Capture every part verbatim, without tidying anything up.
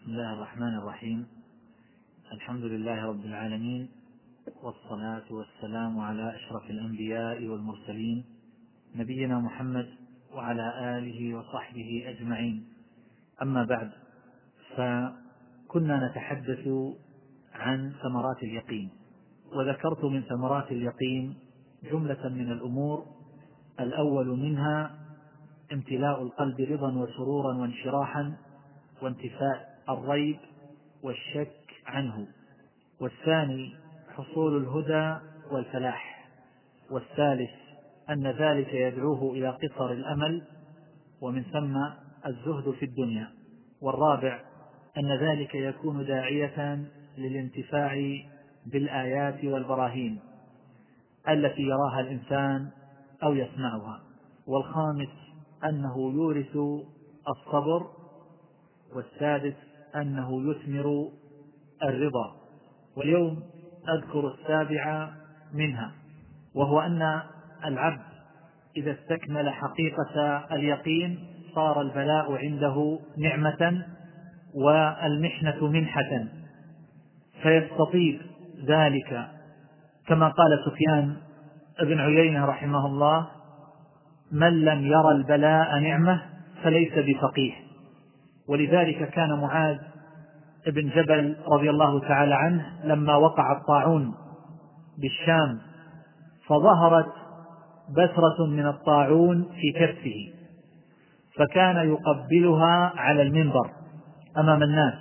بسم الله الرحمن الرحيم. الحمد لله رب العالمين، والصلاة والسلام على أشرف الأنبياء والمرسلين نبينا محمد وعلى آله وصحبه أجمعين. أما بعد، فكنا نتحدث عن ثمرات اليقين، وذكرت من ثمرات اليقين جملة من الأمور. الأول منها امتلاء القلب رضا وسرورا وانشراحا وانتفاء الريب والشك عنه، والثاني حصول الهدى والفلاح، والثالث أن ذلك يدعوه إلى قصر الأمل ومن ثم الزهد في الدنيا، والرابع أن ذلك يكون داعية للانتفاع بالآيات والبراهين التي يراها الإنسان أو يسمعها، والخامس أنه يورث الصبر، والسادس أنه يثمر الرضا. واليوم أذكر السابع منها، وهو أن العبد إذا استكمل حقيقة اليقين صار البلاء عنده نعمة والمحنة منحة، فيستطيب ذلك كما قال سفيان بن عيينة رحمه الله: من لم ير البلاء نعمة فليس بفقيه. ولذلك كان معاذ بن جبل رضي الله تعالى عنه لما وقع الطاعون بالشام فظهرت بثرة من الطاعون في كفه، فكان يقبلها على المنبر أمام الناس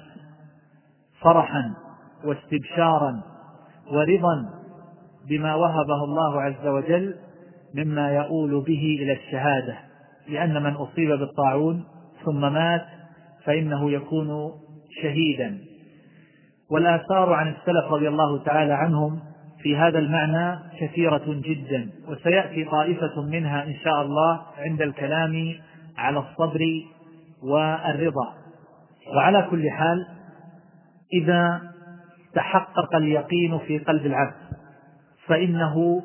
فرحا واستبشارا ورضا بما وهبه الله عز وجل مما يؤول به إلى الشهادة، لأن من أصيب بالطاعون ثم مات فإنه يكون شهيدا. والآثار عن السلف رضي الله تعالى عنهم في هذا المعنى كثيرة جدا، وسيأتي طائفة منها إن شاء الله عند الكلام على الصبر والرضا. وعلى كل حال، إذا تحقق اليقين في قلب العبد فإنه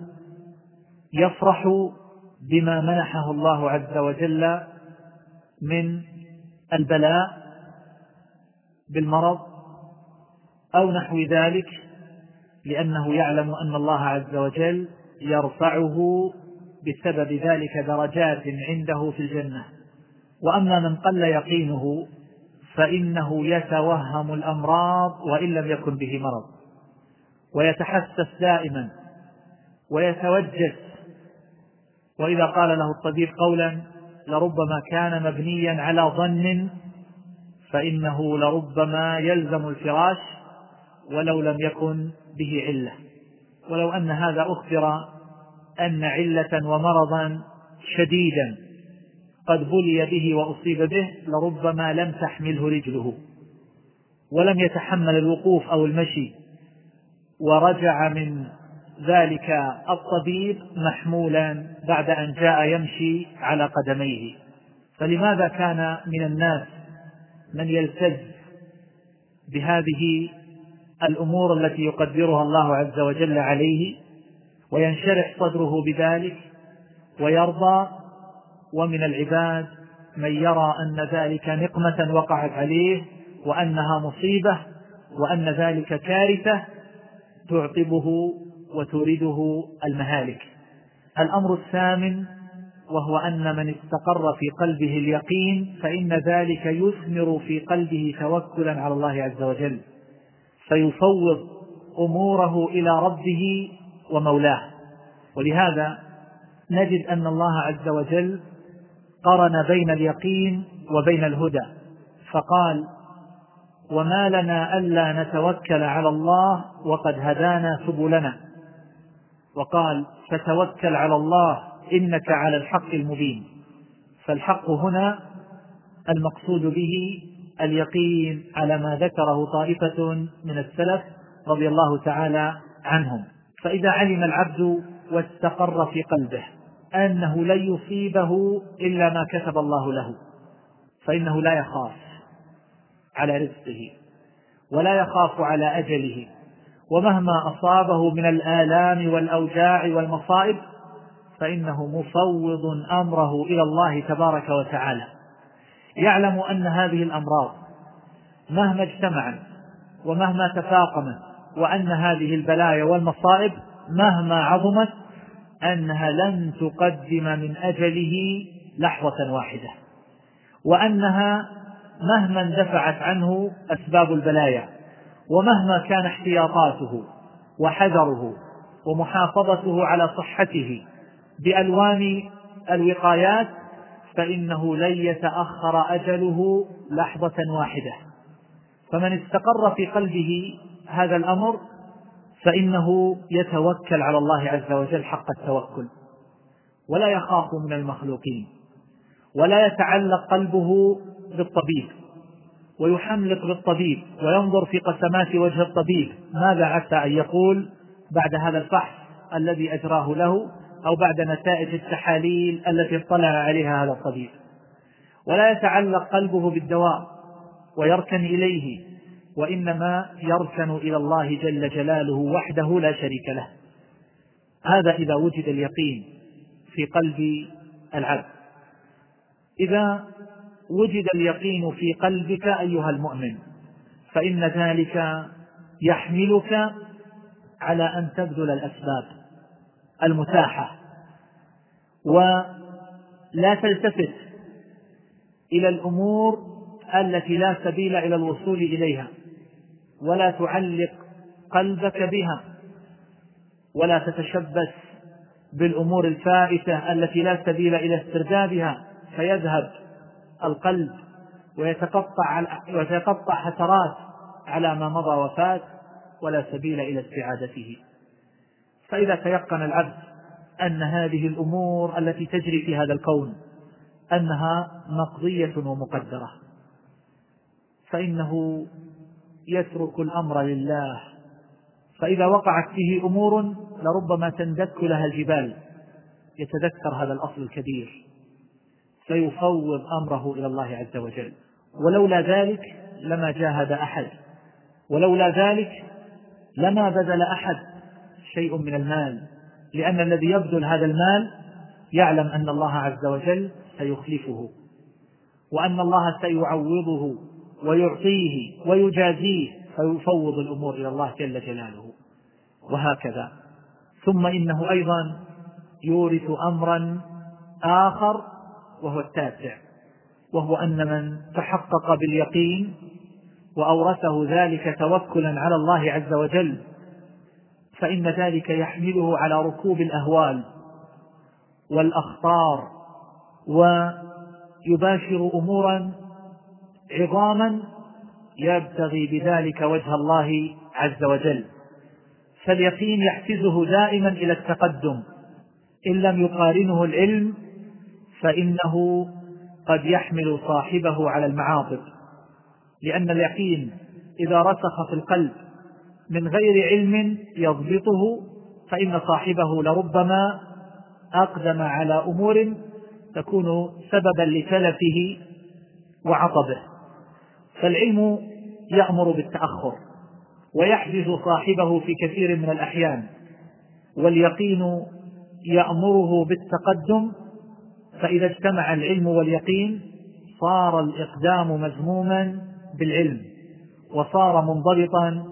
يفرح بما منحه الله عز وجل من البلاء بالمرض أو نحو ذلك، لأنه يعلم أن الله عز وجل يرفعه بسبب ذلك درجات عنده في الجنة. وأما من قل يقينه فإنه يتوهم الأمراض وإن لم يكن به مرض، ويتحسس دائما ويتوجس، وإذا قال له الطبيب قولا لربما كان مبنيا على ظن فإنه لربما يلزم الفراش ولو لم يكن به علة. ولو أن هذا أخبر أن علة ومرضا شديدا قد بلي به وأصيب به لربما لم تحمله رجله ولم يتحمل الوقوف أو المشي، ورجع من ذلك الطبيب محمولا بعد أن جاء يمشي على قدميه. فلماذا كان من الناس من يلتز بهذه الأمور التي يقدرها الله عز وجل عليه وينشرح صدره بذلك ويرضى، ومن العباد من يرى أن ذلك نقمة وقعت عليه وأنها مصيبة وأن ذلك كارثة تعقبه وتورده المهالك. الأمر الثامن وهو أن من استقر في قلبه اليقين فإن ذلك يثمر في قلبه توكلا على الله عز وجل، فيفوض أموره إلى ربه ومولاه. ولهذا نجد أن الله عز وجل قرن بين اليقين وبين الهدى، فقال: وما لنا ألا نتوكل على الله وقد هدانا سبلنا، وقال: فتوكل على الله إنك على الحق المبين. فالحق هنا المقصود به اليقين على ما ذكره طائفة من السلف رضي الله تعالى عنهم. فإذا علم العبد واستقر في قلبه أنه لن يصيبه إلا ما كتب الله له فإنه لا يخاف على رزقه ولا يخاف على أجله، ومهما أصابه من الآلام والأوجاع والمصائب فإنه مفوض أمره إلى الله تبارك وتعالى. يعلم أن هذه الأمراض مهما اجتمعت ومهما تفاقمت، وأن هذه البلايا والمصائب مهما عظمت أنها لن تقدم من أجله لحظة واحدة، وأنها مهما اندفعت عنه أسباب البلايا، ومهما كان احتياطاته وحذره ومحافظته على صحته بألوان الوقايات، فإنه لن يتأخر أجله لحظة واحدة. فمن استقر في قلبه هذا الأمر فإنه يتوكل على الله عز وجل حق التوكل، ولا يخاف من المخلوقين، ولا يتعلق قلبه بالطبيب ويحملق بالطبيب وينظر في قسمات وجه الطبيب ماذا عسى أن يقول بعد هذا الفحص الذي أجراه له، أو بعد نتائج التحاليل التي اطلع عليها هذا الطبيب. ولا يتعلق قلبه بالدواء ويركن إليه، وإنما يركن إلى الله جل جلاله وحده لا شريك له. هذا إذا وجد اليقين في قلب العبد. إذا وجد اليقين في قلبك أيها المؤمن فإن ذلك يحملك على أن تبذل الأسباب المتاحة، ولا تلتفت إلى الأمور التي لا سبيل إلى الوصول إليها، ولا تعلق قلبك بها، ولا تتشبث بالأمور الفائتة التي لا سبيل إلى استردادها فيذهب القلب ويتقطع, ويتقطع حسرات على ما مضى وفات، ولا سبيل إلى استعادته. فإذا تيقن العبد أن هذه الأمور التي تجري في هذا الكون أنها مقضية ومقدرة، فإنه يترك الأمر لله. فإذا وقعت فيه أمور لربما تندك لها الجبال، يتذكر هذا الأصل الكبير فيفوض أمره إلى الله عز وجل. ولولا ذلك لما جاهد أحد، ولولا ذلك لما بذل أحد شيء من المال، لأن الذي يبذل هذا المال يعلم أن الله عز وجل سيخلفه، وأن الله سيعوضه ويعطيه ويجازيه، فيفوض الأمور إلى الله جل جلاله. وهكذا. ثم إنه أيضا يورث أمرا آخر وهو التاسع، وهو أن من تحقق باليقين وأورثه ذلك توكلا على الله عز وجل فإن ذلك يحمله على ركوب الأهوال والأخطار، ويباشر أمورا عظاما يبتغي بذلك وجه الله عز وجل. فاليقين يحفزه دائما إلى التقدم، إن لم يقارنه العلم فإنه قد يحمل صاحبه على المعاصي، لأن اليقين إذا رسخ في القلب من غير علم يضبطه فإن صاحبه لربما أقدم على أمور تكون سببا لتلفه وعطبه. فالعلم يأمر بالتأخر ويحجز صاحبه في كثير من الأحيان، واليقين يأمره بالتقدم. فإذا اجتمع العلم واليقين صار الإقدام مذموما بالعلم وصار منضبطا،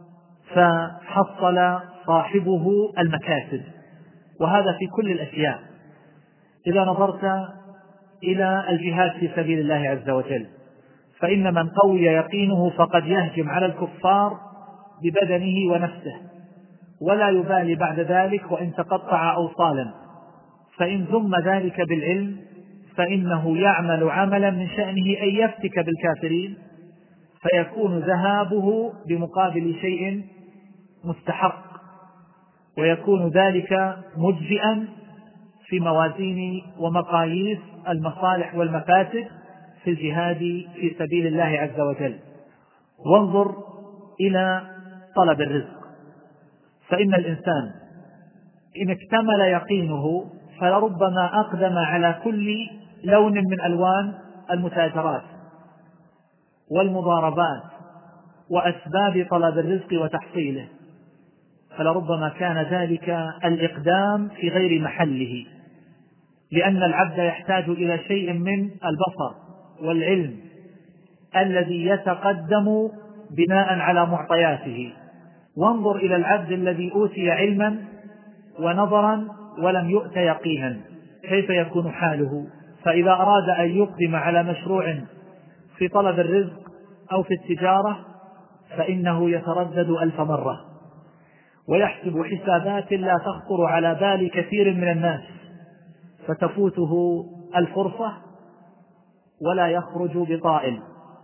فحصل صاحبه المكاسب. وهذا في كل الأشياء. إذا نظرت إلى الجهاد في سبيل الله عز وجل فإن من قوي يقينه فقد يهجم على الكفار ببدنه ونفسه، ولا يبالي بعد ذلك وإن تقطع أوصالا. فإن ذم ذلك بالعلم فإنه يعمل عملا من شأنه أن يفتك بالكافرين، فيكون ذهابه بمقابل شيء مستحق، ويكون ذلك مجزئا في موازين ومقاييس المصالح والمفاسد في الجهاد في سبيل الله عز وجل. وانظر إلى طلب الرزق، فإن الإنسان إن اكتمل يقينه فلربما أقدم على كل لون من ألوان المتاجرات والمضاربات وأسباب طلب الرزق وتحصيله، فلربما كان ذلك الإقدام في غير محله، لأن العبد يحتاج إلى شيء من البصر والعلم الذي يتقدم بناء على معطياته. وانظر إلى العبد الذي أوتي علما ونظرا ولم يؤت يقينا، كيف يكون حاله؟ فإذا أراد أن يقدم على مشروع في طلب الرزق أو في التجارة فإنه يتردد ألف مرة ويحسب حسابات لا تخطر على بال كثير من الناس، فتفوته الفرصة ولا يخرج بطائل.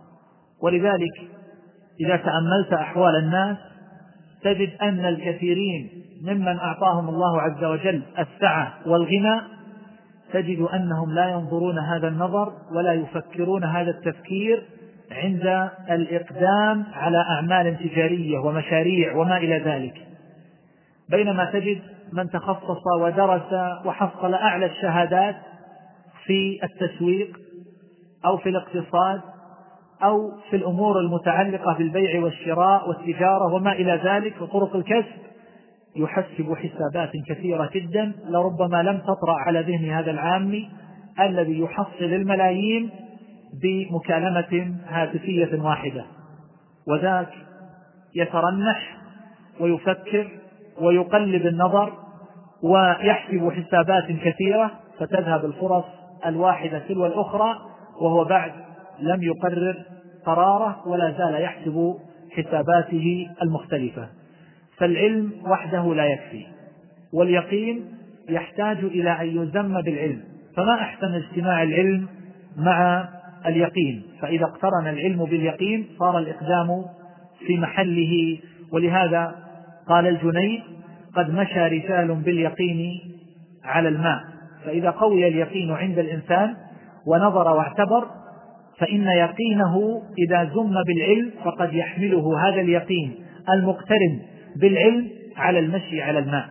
ولذلك إذا تأملت أحوال الناس تجد أن الكثيرين ممن أعطاهم الله عز وجل السعة والغنى تجد أنهم لا ينظرون هذا النظر ولا يفكرون هذا التفكير عند الإقدام على أعمال تجارية ومشاريع وما إلى ذلك، بينما تجد من تخصص ودرس وحصل أعلى الشهادات في التسويق أو في الاقتصاد أو في الأمور المتعلقة بالبيع والشراء والتجارة وما إلى ذلك وطرق الكسب، يحسب حسابات كثيرة جدا لربما لم تطرأ على ذهن هذا العامي الذي يحصل الملايين بمكالمة هاتفية واحدة، وذاك يترنح ويفكر ويقلب النظر ويحسب حسابات كثيرة، فتذهب الفرص الواحدة تلو الأخرى وهو بعد لم يقرر قراره ولا زال يحسب حساباته المختلفة. فالعلم وحده لا يكفي، واليقين يحتاج إلى أن يزم بالعلم، فما أحسن اجتماع العلم مع اليقين، فإذا اقترن العلم باليقين صار الإقدام في محله. ولهذا قال الجنيد: قد مشى رجال باليقين على الماء. فإذا قوي اليقين عند الإنسان ونظر واعتبر فإن يقينه إذا زم بالعلم فقد يحمله هذا اليقين المقترن بالعلم على المشي على الماء.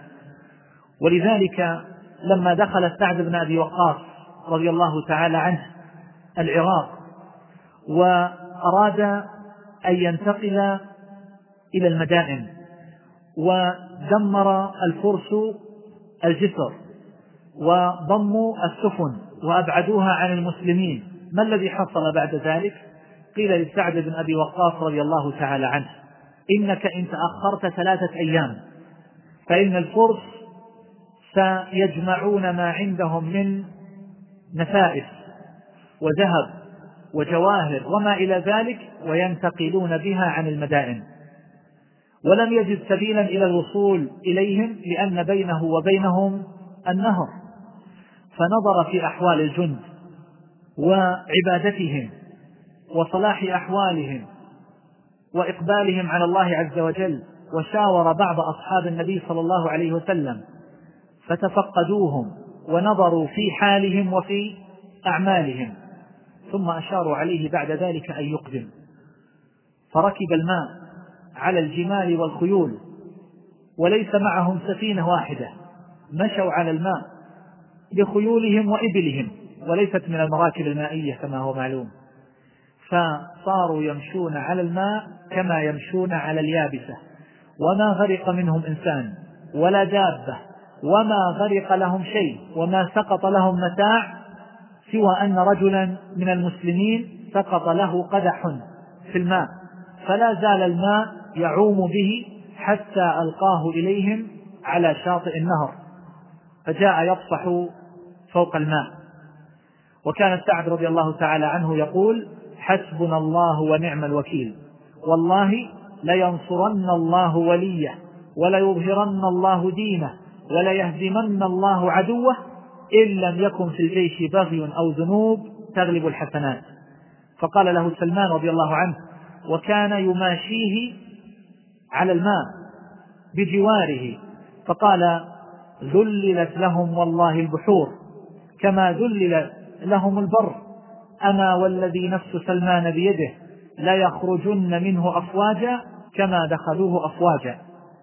ولذلك لما دخل سعد بن أبي وقاص رضي الله تعالى عنه العراق وأراد أن ينتقل إلى المدائن ودمر الفرس الجسر وضموا السفن وأبعدوها عن المسلمين، ما الذي حصل بعد ذلك؟ قيل لسعد بن أبي وقاص رضي الله تعالى عنه: إنك إن تأخرت ثلاثة أيام فإن الفرس سيجمعون ما عندهم من نفائس وذهب وجواهر وما إلى ذلك وينتقلون بها عن المدائن، ولم يجد سبيلا إلى الوصول إليهم لأن بينه وبينهم النهر. فنظر في أحوال الجند وعبادتهم وصلاح أحوالهم وإقبالهم على الله عز وجل، وشاور بعض أصحاب النبي صلى الله عليه وسلم فتفقدوهم ونظروا في حالهم وفي أعمالهم، ثم أشاروا عليه بعد ذلك أن يقدم، فركب الماء على الجمال والخيول وليس معهم سفينة واحدة، مشوا على الماء بخيولهم وإبلهم وليست من المراكب المائية كما هو معلوم، فصاروا يمشون على الماء كما يمشون على اليابسة، وما غرق منهم إنسان ولا دابة وما غرق لهم شيء وما سقط لهم متاع، سوى أن رجلا من المسلمين سقط له قدح في الماء، فلا زال الماء يعوم به حتى ألقاه إليهم على شاطئ النهر، فجاء يطفح فوق الماء. وكان سعد رضي الله تعالى عنه يقول: حسبنا الله ونعم الوكيل، والله لينصرن الله وليه وليظهرن الله دينه وليهزمن الله عدوه إن لم يكن في الجيش بغي أو ذنوب تغلب الحسنات. فقال له سلمان رضي الله عنه، وكان يماشيه على الماء بجواره، فقال: ذللت لهم والله البحور كما ذلل لهم البر، أما والذي نفس سلمان بيده لا يخرجن منه أفواجا كما دخلوه أفواجا.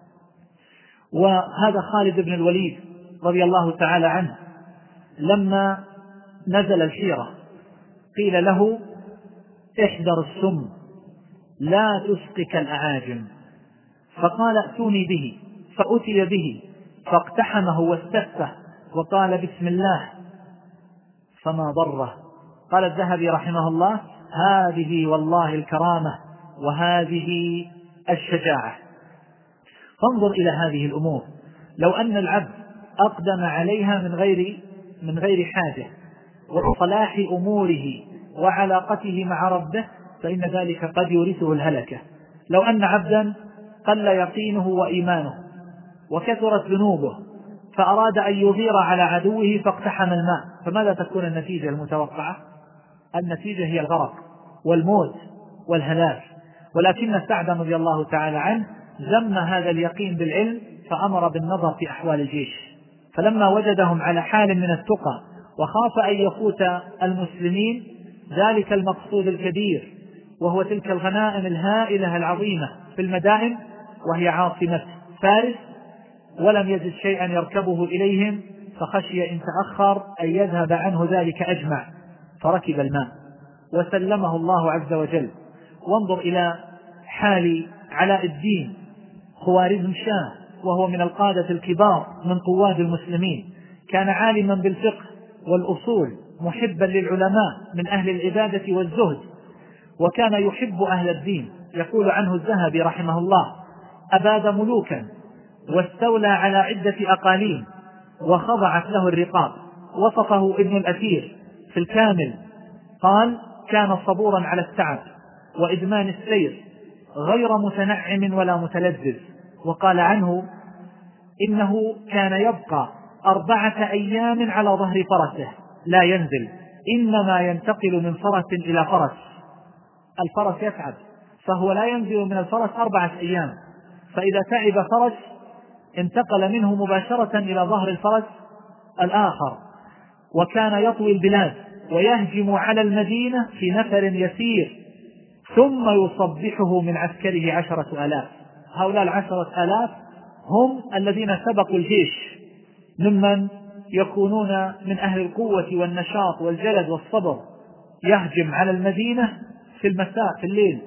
وهذا خالد بن الوليد رضي الله تعالى عنه لما نزل الحيرة قيل له: احذر السم لا تسقك الأعاجم، فقال: ائتوني به، فأتي به فاقتحمه واستفه وقال: بسم الله، فما ضره. قال الذهبي رحمه الله: هذه والله الكرامة وهذه الشجاعة. فانظر إلى هذه الأمور، لو أن العبد أقدم عليها من غير من غير حاجة وصلاح أموره وعلاقته مع ربه فإن ذلك قد يورثه الهلكة. لو أن عبدا قل يقينه وإيمانه وكثرت ذنوبه فأراد أن يغير على عدوه فاقتحم الماء، فماذا تكون النتيجة المتوقعة؟ النتيجة هي الغرق والموت والهلاك. ولكن سعد رضي الله تعالى عنه زم هذا اليقين بالعلم فأمر بالنظر في أحوال الجيش، فلما وجدهم على حال من التقى وخاف أن يفوت المسلمين ذلك المقصود الكبير وهو تلك الغنائم الهائلة العظيمة في المدائن وهي عاصمة فارس، ولم يجد شيئا يركبه إليهم فخشي إن تأخر أن يذهب عنه ذلك أجمع، فركب الماء وسلمه الله عز وجل. وانظر إلى حال علاء الدين خوارزم شاه، وهو من القادة الكبار من قواد المسلمين، كان عالما بالفقه والأصول، محبا للعلماء من أهل العبادة والزهد، وكان يحب أهل الدين. يقول عنه الذهبي رحمه الله: أباد ملوكا واستولى على عدة أقاليم وخضعت له الرقاب. وصفه ابن الأثير في الكامل قال: كان صبورا على التعب وإدمان السير غير متنعم ولا متلذذ. وقال عنه إنه كان يبقى أربعة أيام على ظهر فرسه لا ينزل، إنما ينتقل من فرس إلى فرس. الفرس يتعب فهو لا ينزل من الفرس أربعة أيام، فإذا تعب فرس انتقل منه مباشرة إلى ظهر الفرس الآخر. وكان يطوي البلاد ويهجم على المدينة في نفر يسير ثم يصبحه من عسكره عشرة آلاف. هؤلاء العشرة آلاف هم الذين سبقوا الجيش، ممن يكونون من أهل القوة والنشاط والجلد والصبر، يهجم على المدينة في المساء في الليل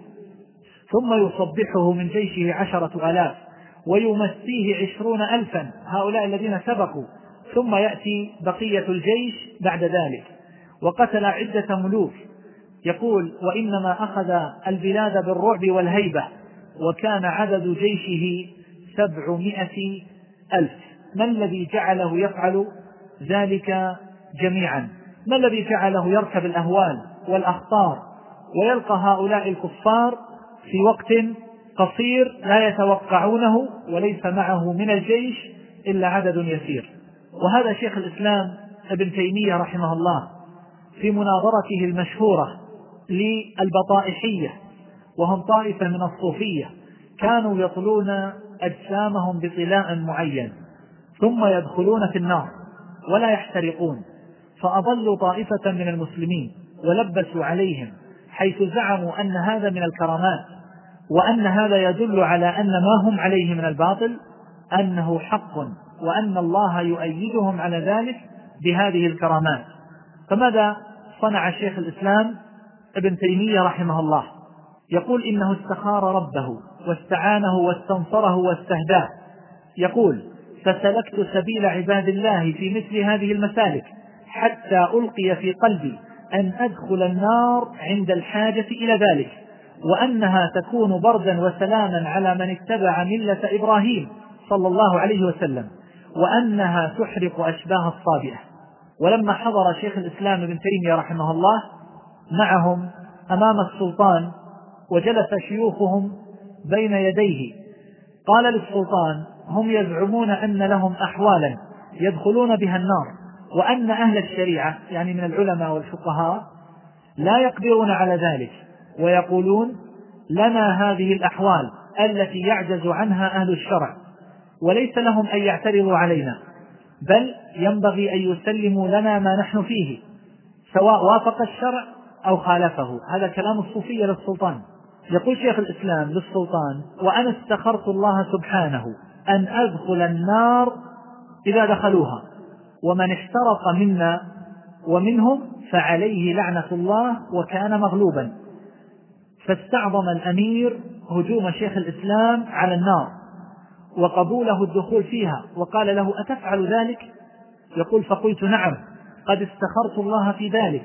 ثم يصبحه من جيشه عشرة آلاف ويمسيه عشرون ألفا، هؤلاء الذين سبقوا، ثم يأتي بقية الجيش بعد ذلك. وقتل عدة ملوك. يقول: وإنما أخذ البلاد بالرعب والهيبة، وكان عدد جيشه سبعمائة ألف. ما الذي جعله يفعل ذلك جميعا؟ ما الذي جعله يركب الأهوال والأخطار ويلقى هؤلاء الكفار في وقت قصير لا يتوقعونه وليس معه من الجيش إلا عدد يسير؟ وهذا شيخ الإسلام ابن تيمية رحمه الله في مناظرته المشهورة للبطائحية، وهم طائفة من الصوفية، كانوا يطلون أجسامهم بطلاء معين ثم يدخلون في النار ولا يحترقون، فأضلوا طائفة من المسلمين ولبسوا عليهم حيث زعموا أن هذا من الكرامات، وأن هذا يدل على أن ما هم عليه من الباطل أنه حق، وأن الله يؤيدهم على ذلك بهذه الكرامات. فماذا صنع شيخ الإسلام ابن تيمية رحمه الله؟ يقول: إنه استخار ربه واستعانه واستنصره واستهداه. يقول: فسلكت سبيل عباد الله في مثل هذه المسالك حتى ألقي في قلبي أن أدخل النار عند الحاجة إلى ذلك، وأنها تكون بردا وسلاما على من اتبع ملة إبراهيم صلى الله عليه وسلم، وأنها تحرق أشباه الصابئة. ولما حضر شيخ الإسلام ابن تيمية رحمه الله معهم أمام السلطان وجلس شيوخهم بين يديه، قال للسلطان: هم يزعمون أن لهم أحوالا يدخلون بها النار، وأن أهل الشريعة يعني من العلماء والفقهاء لا يقدرون على ذلك، ويقولون لنا هذه الأحوال التي يعجز عنها أهل الشرع، وليس لهم أن يعترضوا علينا، بل ينبغي أن يسلموا لنا ما نحن فيه سواء وافق الشرع أو خالفه. هذا كلام الصوفية للسلطان. يقول شيخ الإسلام للسلطان: وأنا استخرت الله سبحانه أن أدخل النار إذا دخلوها، ومن احترق منا ومنهم فعليه لعنة الله وكان مغلوبا. فاستعظم الأمير هجوم شيخ الإسلام على النار وقبوله الدخول فيها، وقال له: أتفعل ذلك؟ يقول: فقلت: نعم، قد استخرت الله في ذلك،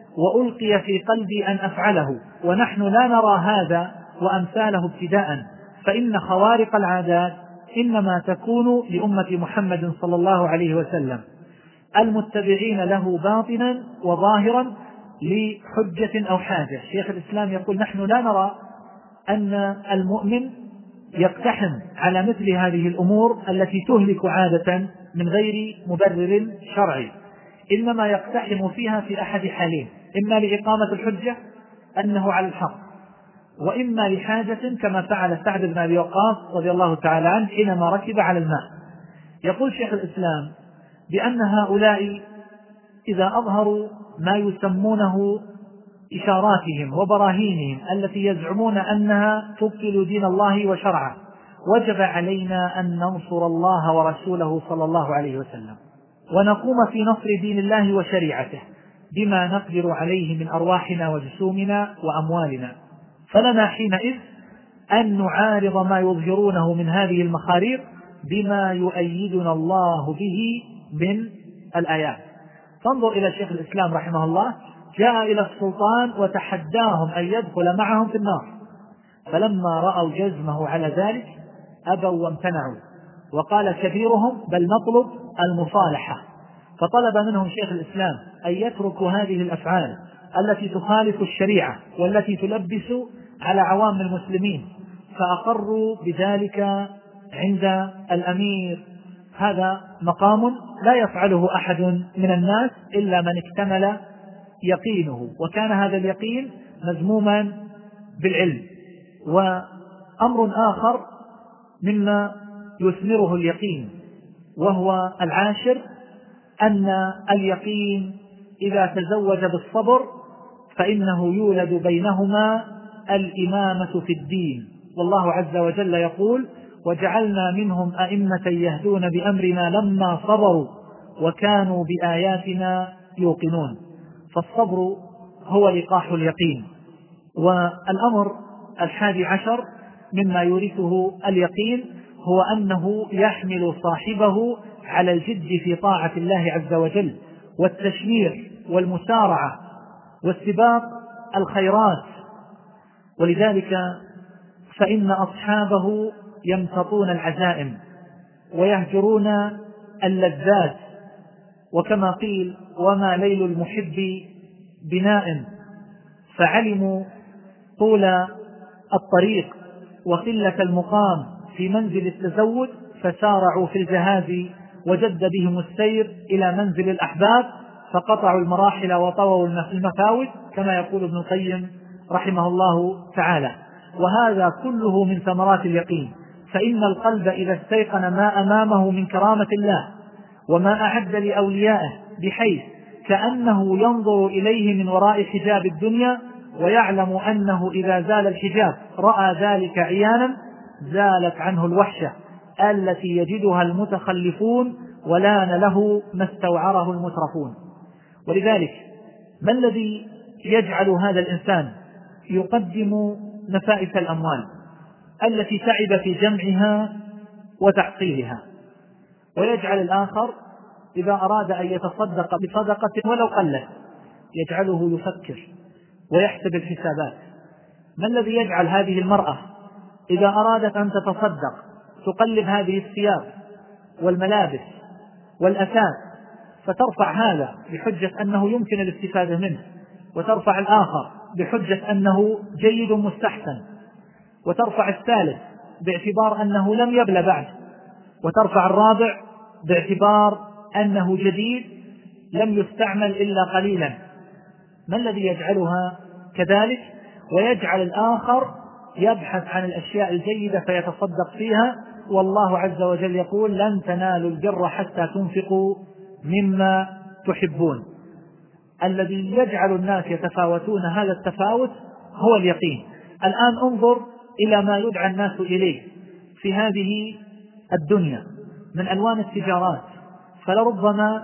وألقي في قلبي أن أفعله، ونحن لا نرى هذا وأمثاله ابتداء، فإن خوارق العادات إنما تكون لأمة محمد صلى الله عليه وسلم المتبعين له باطنا وظاهرا لحجة أو حاجة. شيخ الإسلام يقول نحن لا نرى أن المؤمن يقتحم على مثل هذه الأمور التي تهلك عادة من غير مبرر شرعي، إنما يقتحم فيها في أحد حالين: إما لإقامة الحجة أنه على الحق، وإما لحاجة كما فعل سعد بن أبي وقاص رضي الله تعالى عنه حينما ركب على الماء. يقول شيخ الإسلام بأن هؤلاء إذا أظهروا ما يسمونه إشاراتهم وبراهينهم التي يزعمون أنها تبطل دين الله وشرعه، وجب علينا أن ننصر الله ورسوله صلى الله عليه وسلم، ونقوم في نصر دين الله وشريعته بما نقدر عليه من أرواحنا وجسومنا وأموالنا. فلنا حينئذ أن نعارض ما يظهرونه من هذه المخاريق بما يؤيدنا الله به من الآيات. فانظر إلى شيخ الإسلام رحمه الله، جاء إلى السلطان وتحداهم أن يدخل معهم في النار، فلما رأوا جزمه على ذلك أبوا وامتنعوا، وقال كبيرهم بل نطلب المصالحة. فطلب منهم شيخ الإسلام أن يتركوا هذه الأفعال التي تخالف الشريعة والتي تلبس على عوام المسلمين، فأقروا بذلك عند الأمير. هذا مقام لا يفعله أحد من الناس إلا من اكتمل يقينه، وكان هذا اليقين مذموما بالعلم. وأمر آخر مما يثمره اليقين وهو العاشر، أن اليقين إذا تزوج بالصبر فإنه يولد بينهما الإمامة في الدين. والله عز وجل يقول وجعلنا منهم أئمة يهدون بأمرنا لما صبروا وكانوا بآياتنا يوقنون. فالصبر هو لقاح اليقين. والأمر الحادي عشر مما يورثه اليقين هو أنه يحمل صاحبه على الجد في طاعة الله عز وجل والتشمير والمسارعة واستباق الخيرات، ولذلك فإن أصحابه يمتطون العزائم ويهجرون اللذات، وكما قيل وما ليل المحب بناء، فعلموا طول الطريق وقلة المقام في منزل التزود فسارعوا في الجهاز وجد بهم السير إلى منزل الأحباب فقطعوا المراحل وطووا المفاوت كما يقول ابن القيم رحمه الله تعالى. وهذا كله من ثمرات اليقين، فإن القلب إذا استيقن ما أمامه من كرامة الله وما أعد لأوليائه بحيث كأنه ينظر إليه من وراء حجاب الدنيا ويعلم أنه إذا زال الحجاب رأى ذلك عيانا زالت عنه الوحشة التي يجدها المتخلفون ولان له ما استوعره المترفون. ولذلك ما الذي يجعل هذا الإنسان يقدم نفائس الأموال التي تعب في جمعها وتحصيلها، ويجعل الآخر إذا أراد أن يتصدق بصدقة ولو قلت يجعله يفكر ويحسب الحسابات؟ ما الذي يجعل هذه المرأة إذا أرادت أن تتصدق تقلب هذه الثياب والملابس والأثاث فترفع هذا بحجة أنه يمكن الاستفادة منه، وترفع الآخر بحجة أنه جيد مستحسن، وترفع الثالث باعتبار أنه لم يبل بعد، وترفع الرابع باعتبار أنه جديد لم يستعمل إلا قليلا؟ ما الذي يجعلها كذلك؟ ويجعل الآخر يبحث عن الأشياء الجيدة فيتصدق فيها، والله عز وجل يقول لن تنالوا البر حتى تنفقوا مما تحبون. الذي يجعل الناس يتفاوتون هذا التفاوت هو اليقين. الآن انظر إلى ما يدعى الناس إليه في هذه الدنيا من ألوان التجارات، فلربما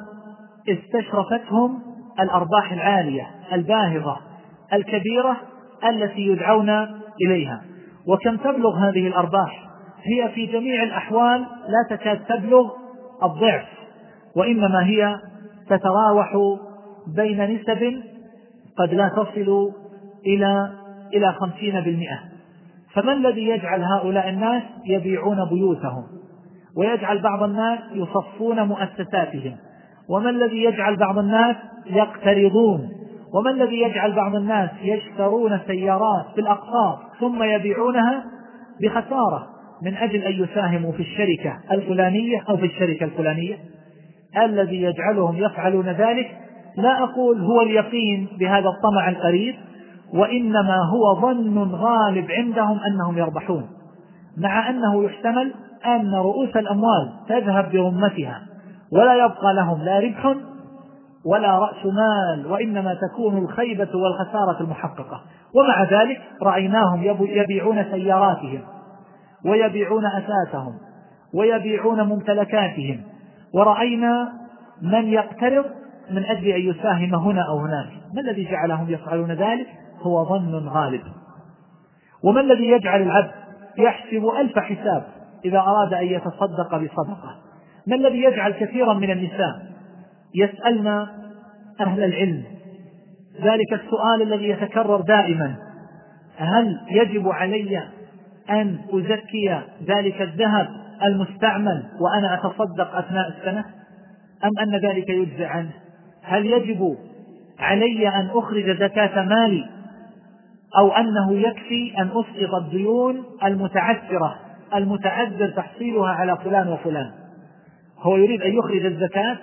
استشرفتهم الأرباح العالية الباهظة الكبيرة التي يدعون إليها. وكم تبلغ هذه الأرباح؟ هي في جميع الأحوال لا تكاد تبلغ الضعف، وإنما هي تتراوح بين نسب قد لا تصل إلى إلى خمسين بالمئة. فما الذي يجعل هؤلاء الناس يبيعون بيوتهم، ويجعل بعض الناس يصفون مؤسساتهم؟ وما الذي يجعل بعض الناس يقترضون؟ وما الذي يجعل بعض الناس يشترون سيارات بالأقساط ثم يبيعونها بخسارة من أجل أن يساهموا في الشركة الفلانية أو في الشركة الفلانية؟ الذي يجعلهم يفعلون ذلك لا أقول هو اليقين بهذا الطمع القريب، وإنما هو ظن غالب عندهم أنهم يربحون، مع أنه يحتمل أن رؤوس الأموال تذهب برمتها ولا يبقى لهم لا ربح ولا رأس مال، وإنما تكون الخيبة والخسارة المحققة. ومع ذلك رأيناهم يبيعون سياراتهم ويبيعون أساسهم ويبيعون ممتلكاتهم، ورأينا من يقترض من أجل أن يساهم هنا أو هناك. ما الذي جعلهم يفعلون ذلك؟ هو ظن غالب. وما الذي يجعل العبد يحسب ألف حساب إذا أراد أن يتصدق بصدقة؟ ما الذي يجعل كثيرا من النساء يسألنا أهل العلم ذلك السؤال الذي يتكرر دائما: هل يجب علي أن أزكي ذلك الذهب المستعمل وأنا أتصدق أثناء السنة، أم أن ذلك يجزى عنه؟ هل يجب علي أن أخرج زكاة مالي، أو أنه يكفي أن أسقط الديون المتعثرة المتعذر تحصيلها على فلان وفلان؟ هو يريد أن يخرج الزكاة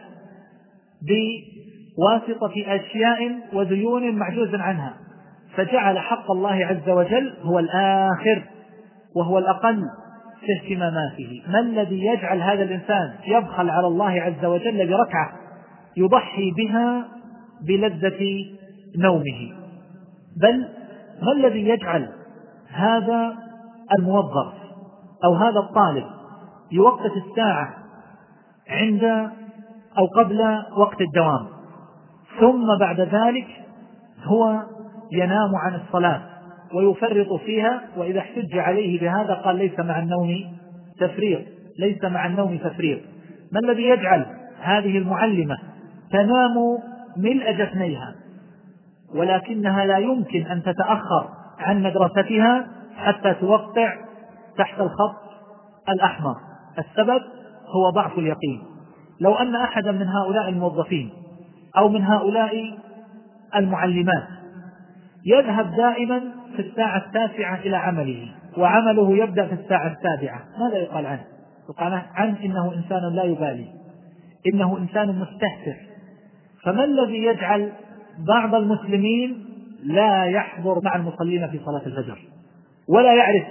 بواسطة أشياء وديون معجوز عنها، فجعل حق الله عز وجل هو الآخر وهو الأقل في اهتماماته. ما الذي يجعل هذا الإنسان يبخل على الله عز وجل بركعة يضحي بها بلذة نومه؟ بل ما الذي يجعل هذا الموظف أو هذا الطالب يوقف الساعة عند أو قبل وقت الدوام، ثم بعد ذلك هو ينام عن الصلاة ويفرط فيها، وإذا احتج عليه بهذا قال ليس مع النوم تفريط، ليس مع النوم تفريط. ما الذي يجعل هذه المعلمة تنام ملء جفنيها ولكنها لا يمكن أن تتأخر عن مدرستها حتى توقع تحت الخط الأحمر؟ السبب هو ضعف اليقين. لو أن أحدا من هؤلاء الموظفين أو من هؤلاء المعلمات يذهب دائما في الساعة التاسعة إلى عمله، وعمله يبدأ في الساعة السابعة، ماذا يقال عنه؟ يقال عنه إنه إنسان لا يبالي، إنه إنسان مستهتر. فما الذي يجعل بعض المسلمين لا يحضر مع المصلين في صلاة الفجر ولا يعرف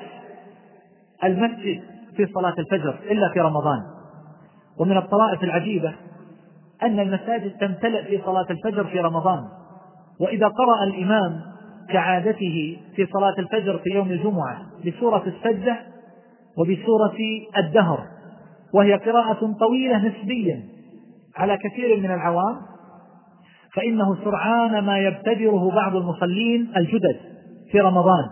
المسجد في صلاة الفجر إلا في رمضان؟ ومن الطرائف العجيبة أن المساجد تمتلئ في صلاة الفجر في رمضان، وإذا قرأ الإمام كعادته في صلاة الفجر في يوم الجمعة بسورة السجدة وبسورة الدهر، وهي قراءة طويلة نسبيا على كثير من العوام، فإنه سرعان ما يبتدره بعض المصلين الجدد في رمضان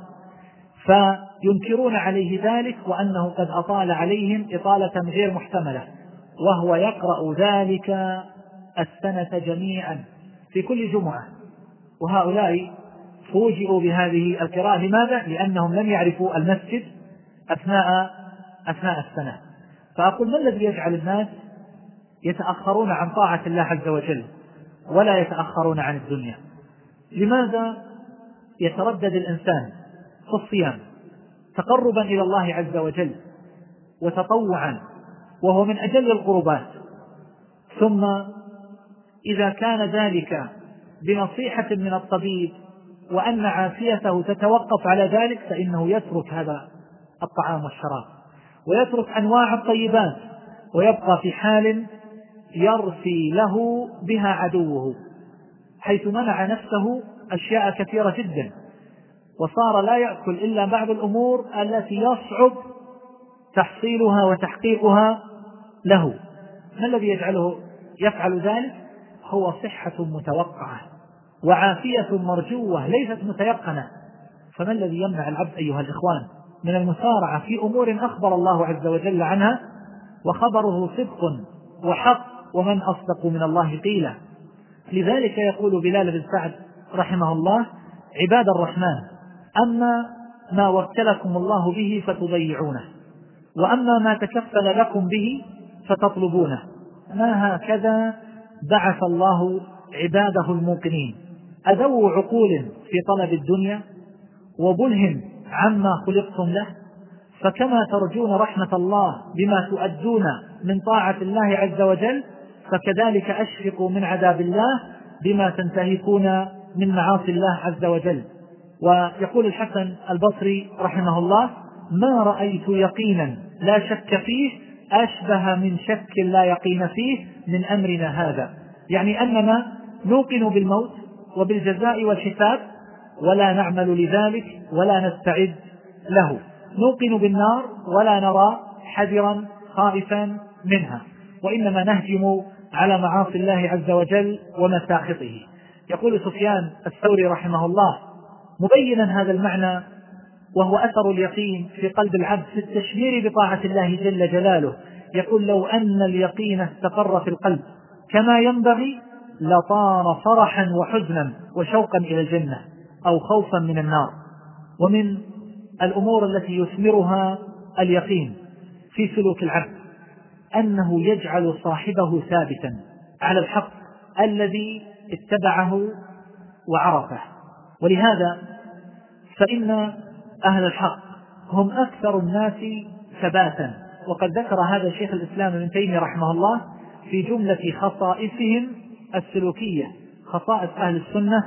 فينكرون عليه ذلك، وأنه قد أطال عليهم إطالة غير محتملة، وهو يقرأ ذلك السنة جميعا في كل جمعة. وهؤلاء فوجئوا بهذه القراءة. لماذا؟ لأنهم لم يعرفوا المسجد أثناء أثناء السنة. فأقول: ما الذي يجعل الناس يتأخرون عن طاعة الله عز وجل ولا يتأخرون عن الدنيا؟ لماذا يتردد الإنسان في الصيام تقربا إلى الله عز وجل وتطوعا وهو من أجل القربات، ثم إذا كان ذلك بنصيحة من الطبيب وأن عافيته تتوقف على ذلك فإنه يترك هذا الطعام والشراب ويترك أنواع الطيبات ويبقى في حال يرثي له بها عدوه، حيث منع نفسه أشياء كثيرة جدا، وصار لا يأكل إلا بعض الأمور التي يصعب تحصيلها وتحقيقها له. ما الذي يجعله يفعل ذلك؟ هو صحة متوقعة وعافية مرجوة ليست متيقنة. فما الذي يمنع العبد أيها الإخوان من المسارعة في أمور أخبر الله عز وجل عنها وخبره صدق وحق، ومن أصدق من الله قيلا؟ لذلك يقول بلال بن سعد رحمه الله: عباد الرحمن، أما ما وكلكم الله به فتضيعونه، وأما ما تكفل لكم به فتطلبونه. ما هكذا بعث الله عباده الموقنين، أذو عقول في طلب الدنيا وبلهم عما خلقتم له، فكما ترجون رحمة الله بما تؤدون من طاعة الله عز وجل، فكذلك أشفقوا من عذاب الله بما تنتهكون من معاصي الله عز وجل. ويقول الحسن البصري رحمه الله: ما رأيت يقينا لا شك فيه أشبه من شك لا يقين فيه من أمرنا هذا، يعني أننا نوقن بالموت وبالجزاء والحساب ولا نعمل لذلك ولا نستعد له، نوقن بالنار ولا نرى حذرا خائفا منها، وإنما نهجم على معاصي الله عز وجل ومساخطه. يقول سفيان الثوري رحمه الله مبينا هذا المعنى، وهو أثر اليقين في قلب العبد في التشمير بطاعة الله جل جلاله، يقول: لو أن اليقين استقر في القلب كما ينبغي لطار فرحا وحزنا وشوقا إلى الجنة أو خوفا من النار. ومن الأمور التي يثمرها اليقين في سلوك العبد أنه يجعل صاحبه ثابتا على الحق الذي اتبعه وعرفه. ولهذا فإن أهل الحق هم أكثر الناس ثباتا، وقد ذكر هذا شيخ الإسلام ابن تيمية رحمه الله في جملة خصائصهم السلوكية، خصائص أهل السنة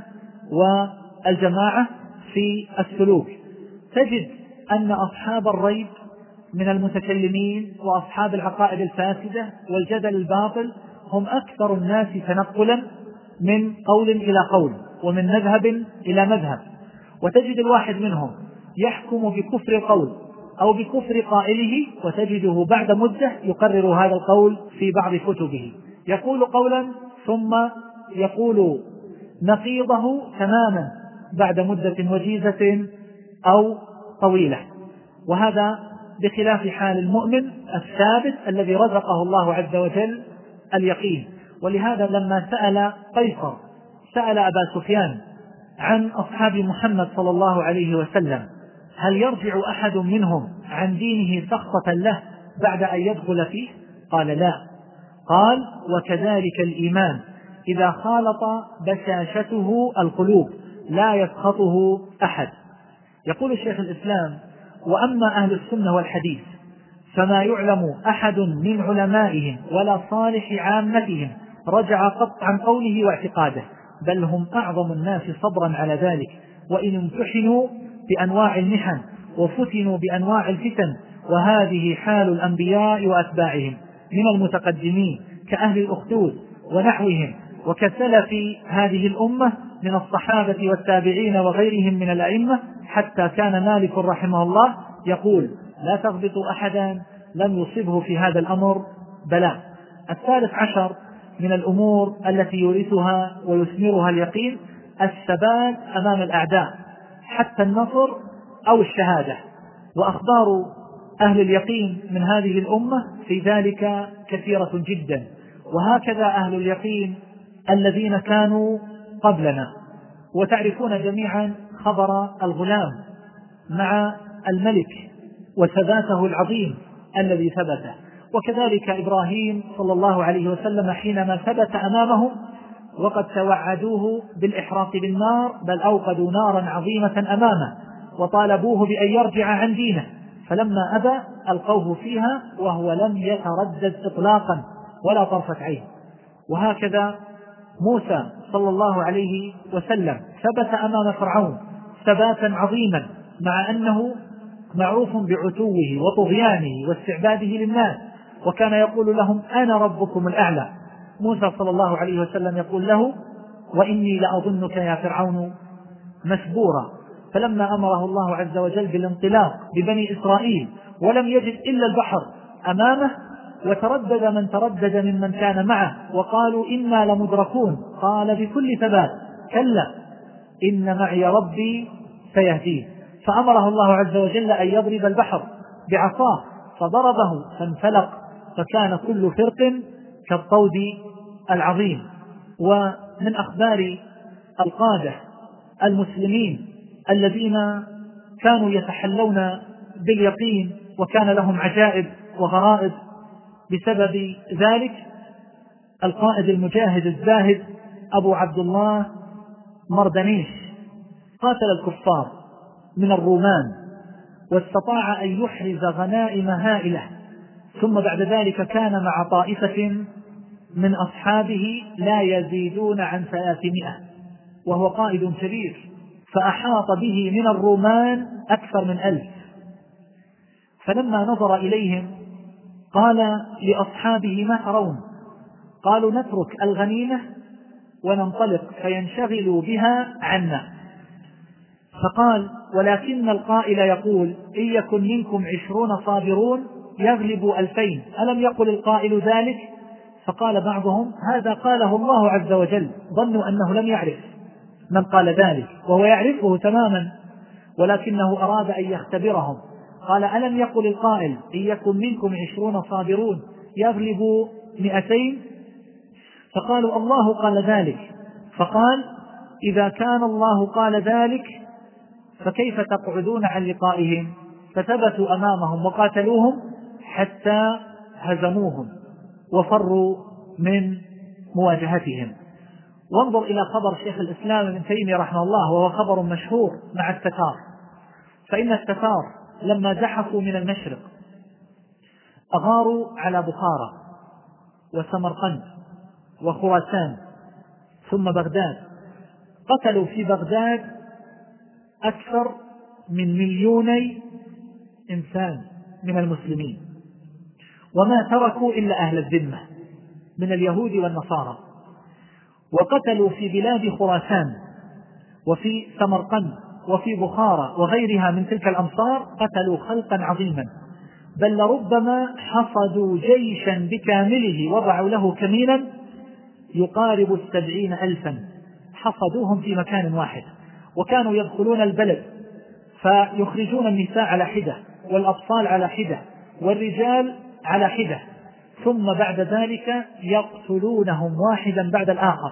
والجماعة في السلوك. تجد أن أصحاب الريب من المتكلمين وأصحاب العقائد الفاسدة والجدل الباطل هم أكثر الناس تنقلا من قول إلى قول ومن مذهب إلى مذهب، وتجد الواحد منهم يحكم بكفر القول أو بكفر قائله، وتجده بعد مدة يقرر هذا القول في بعض كتبه، يقول قولا ثم يقول نقيضه تماما بعد مدة وجيزة أو طويلة. وهذا بخلاف حال المؤمن الثابت الذي رزقه الله عز وجل اليقين. ولهذا لما سأل قيصر سأل أبا سفيان عن أصحاب محمد صلى الله عليه وسلم: هل يرجع أحد منهم عن دينه سخطة له بعد أن يدخل فيه؟ قال: لا. قال: وكذلك الإيمان إذا خالط بشاشته القلوب لا يسخطه أحد. يقول الشيخ الإسلام: وأما أهل السنة والحديث فما يعلم أحد من علمائهم ولا صالح عامتهم رجع قط عن قوله واعتقاده، بل هم أعظم الناس صبرا على ذلك، وإن امتحنوا بأنواع المحن وفتنوا بأنواع الفتن، وهذه حال الأنبياء وأتباعهم من المتقدمين كأهل الأخدود ونحوهم، وكسلف هذه الأمة من الصحابة والتابعين وغيرهم من الأئمة، حتى كان مالك رحمه الله يقول: لا تغبطوا أحدا لم يصبه في هذا الأمر بلاء. الثالث عشر من الأمور التي يورثها ويثمرها اليقين الثبات أمام الأعداء حتى النصر أو الشهادة. وأخبار أهل اليقين من هذه الأمة في ذلك كثيرة جدا، وهكذا أهل اليقين الذين كانوا قبلنا. وتعرفون جميعا خبر الغلام مع الملك وثباته العظيم الذي ثبته، وكذلك إبراهيم صلى الله عليه وسلم حينما ثبت أمامهم وقد توعدوه بالإحراق بالنار، بل أوقدوا نارا عظيمة أمامه وطالبوه بأن يرجع عن دينه، فلما أبى ألقوه فيها وهو لم يتردد إطلاقا ولا طرفة عين. وهكذا موسى صلى الله عليه وسلم ثبت أمام فرعون ثباتا عظيما، مع أنه معروف بعتوه وطغيانه واستعباده للناس، وكان يقول لهم: أنا ربكم الأعلى. موسى صلى الله عليه وسلم يقول له: وإني لأظنك يا فرعون مسبورا. فلما أمره الله عز وجل بالانطلاق ببني إسرائيل ولم يجد إلا البحر أمامه، وتردد من تردد ممن كان معه وقالوا: إنا لمدركون، قال بكل ثبات: كلا إن معي ربي سيهدين. فأمره الله عز وجل أن يضرب البحر بعصاه، فضربه فانفلق، فكان كل فرق كالطود العظيم. ومن أخبار القادة المسلمين الذين كانوا يتحلون باليقين وكان لهم عجائب وغرائب بسبب ذلك القائد المجاهد الزاهد أبو عبد الله مردنيش قاتل الكفار من الرومان واستطاع أن يحرز غنائم هائلة، ثم بعد ذلك كان مع طائفة من أصحابه لا يزيدون عن ثلاثمائة، وهو قائد كبير، فأحاط به من الرومان أكثر من ألف. فلما نظر إليهم قال لأصحابه: ما ترون؟ قالوا: نترك الغنيمة وننطلق فينشغلوا بها عنا. فقال: ولكن القائل يقول: إن يكن منكم عشرون صابرون يغلبوا ألفين، ألم يقل القائل ذلك؟ فقال بعضهم: هذا قاله الله عز وجل. ظنوا أنه لم يعرف من قال ذلك وهو يعرفه تماما، ولكنه أراد أن يختبرهم. قال: ألم يقل القائل: إن يكن منكم عشرون صابرون يغلبوا مئتين؟ فقالوا: الله قال ذلك. فقال: إذا كان الله قال ذلك فكيف تقعدون عن لقائهم؟ فثبتوا أمامهم وقاتلوهم حتى هزموهم وفروا من مواجهتهم. وانظر إلى خبر شيخ الإسلام ابن تيمية رحمه الله، وهو خبر مشهور مع التتار. فإن التتار لما زحفوا من المشرق أغاروا على بخارى وسمرقند وخراسان ثم بغداد، قتلوا في بغداد أكثر من مليوني إنسان من المسلمين، وما تركوا إلا أهل الذمة من اليهود والنصارى. وقتلوا في بلاد خراسان وفي سمرقند وفي بخارى وغيرها من تلك الأمصار قتلوا خلقا عظيما، بل لربما حصدوا جيشا بكامله وضعوا له كمينا يقارب السبعين ألفا، حصدوهم في مكان واحد. وكانوا يدخلون البلد فيخرجون النساء على حدة والأطفال على حدة والرجال على حدة، ثم بعد ذلك يقتلونهم واحدا بعد الآخر.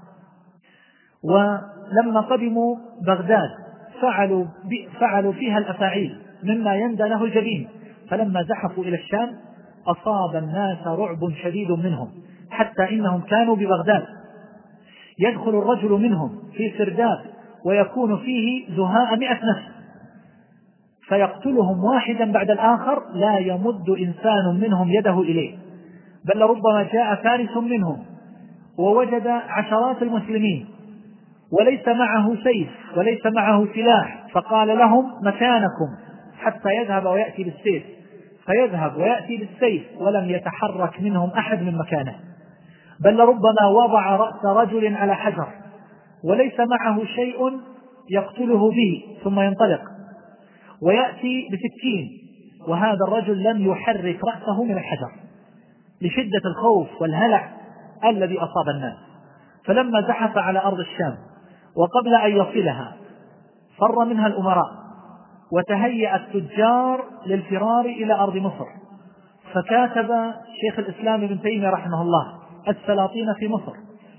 ولما قدموا بغداد فعلوا, فعلوا فيها الأفاعيل مما يندى له الجبين، فلما زحفوا إلى الشام أصاب الناس رعب شديد منهم، حتى إنهم كانوا ببغداد يدخل الرجل منهم في سرداب ويكون فيه زهاء مئة نفس فيقتلهم واحدا بعد الآخر، لا يمد إنسان منهم يده إليه، بل ربما جاء فارس منهم ووجد عشرات المسلمين وليس معه سيف وليس معه سلاح، فقال لهم: مكانكم، حتى يذهب ويأتي بالسيف، فيذهب ويأتي بالسيف ولم يتحرك منهم أحد من مكانه، بل ربما وضع رأس رجل على حجر وليس معه شيء يقتله به ثم ينطلق ويأتي بسكين، وهذا الرجل لم يحرك رأسه من الحجر لشدة الخوف والهلع الذي أصاب الناس. فلما زحف على أرض الشام وقبل أن يصلها فر منها الأمراء وتهيأ التجار للفرار إلى أرض مصر، فكاتب شيخ الإسلام ابن تيمية رحمه الله السلاطين في مصر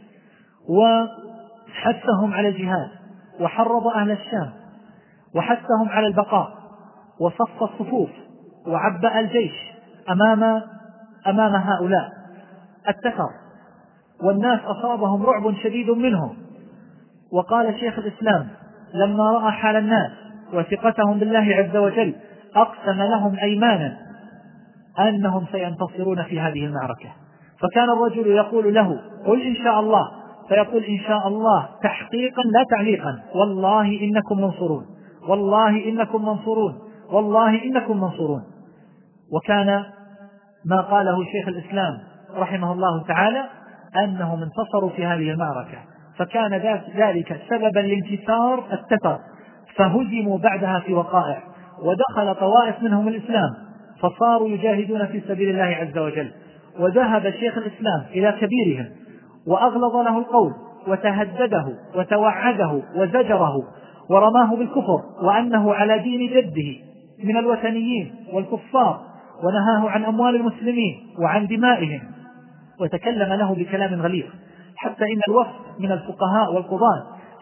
وحثهم على الجهاد، وحرض أهل الشام وحثهم على البقاء، وصف الصفوف وعبأ الجيش أمام, أمام هؤلاء التتر، والناس أصابهم رعب شديد منهم. وقال شيخ الإسلام لما رأى حال الناس وثقتهم بالله عز وجل أقسم لهم أيمانا أنهم سينتصرون في هذه المعركة. فكان الرجل يقول له: قل إن شاء الله، فيقول: إن شاء الله تحقيقا لا تعليقا، والله إنكم منصورون، والله إنكم منصورون، والله إنكم منصورون. وكان ما قاله شيخ الإسلام رحمه الله تعالى أنهم انتصروا في هذه المعركة، فكان ذلك سببا لانتصار التتر، فهزموا بعدها في وقائع، ودخل طوائف منهم الإسلام فصاروا يجاهدون في سبيل الله عز وجل. وذهب شيخ الإسلام إلى كبيرهم وأغلظ له القول وتهدده وتوعده وزجره ورماه بالكفر وأنه على دين جده من الوثنيين والكفار، ونهاه عن أموال المسلمين وعن دمائهم، وتكلم له بكلام غليظ، حتى إن الوفد من الفقهاء والقضاة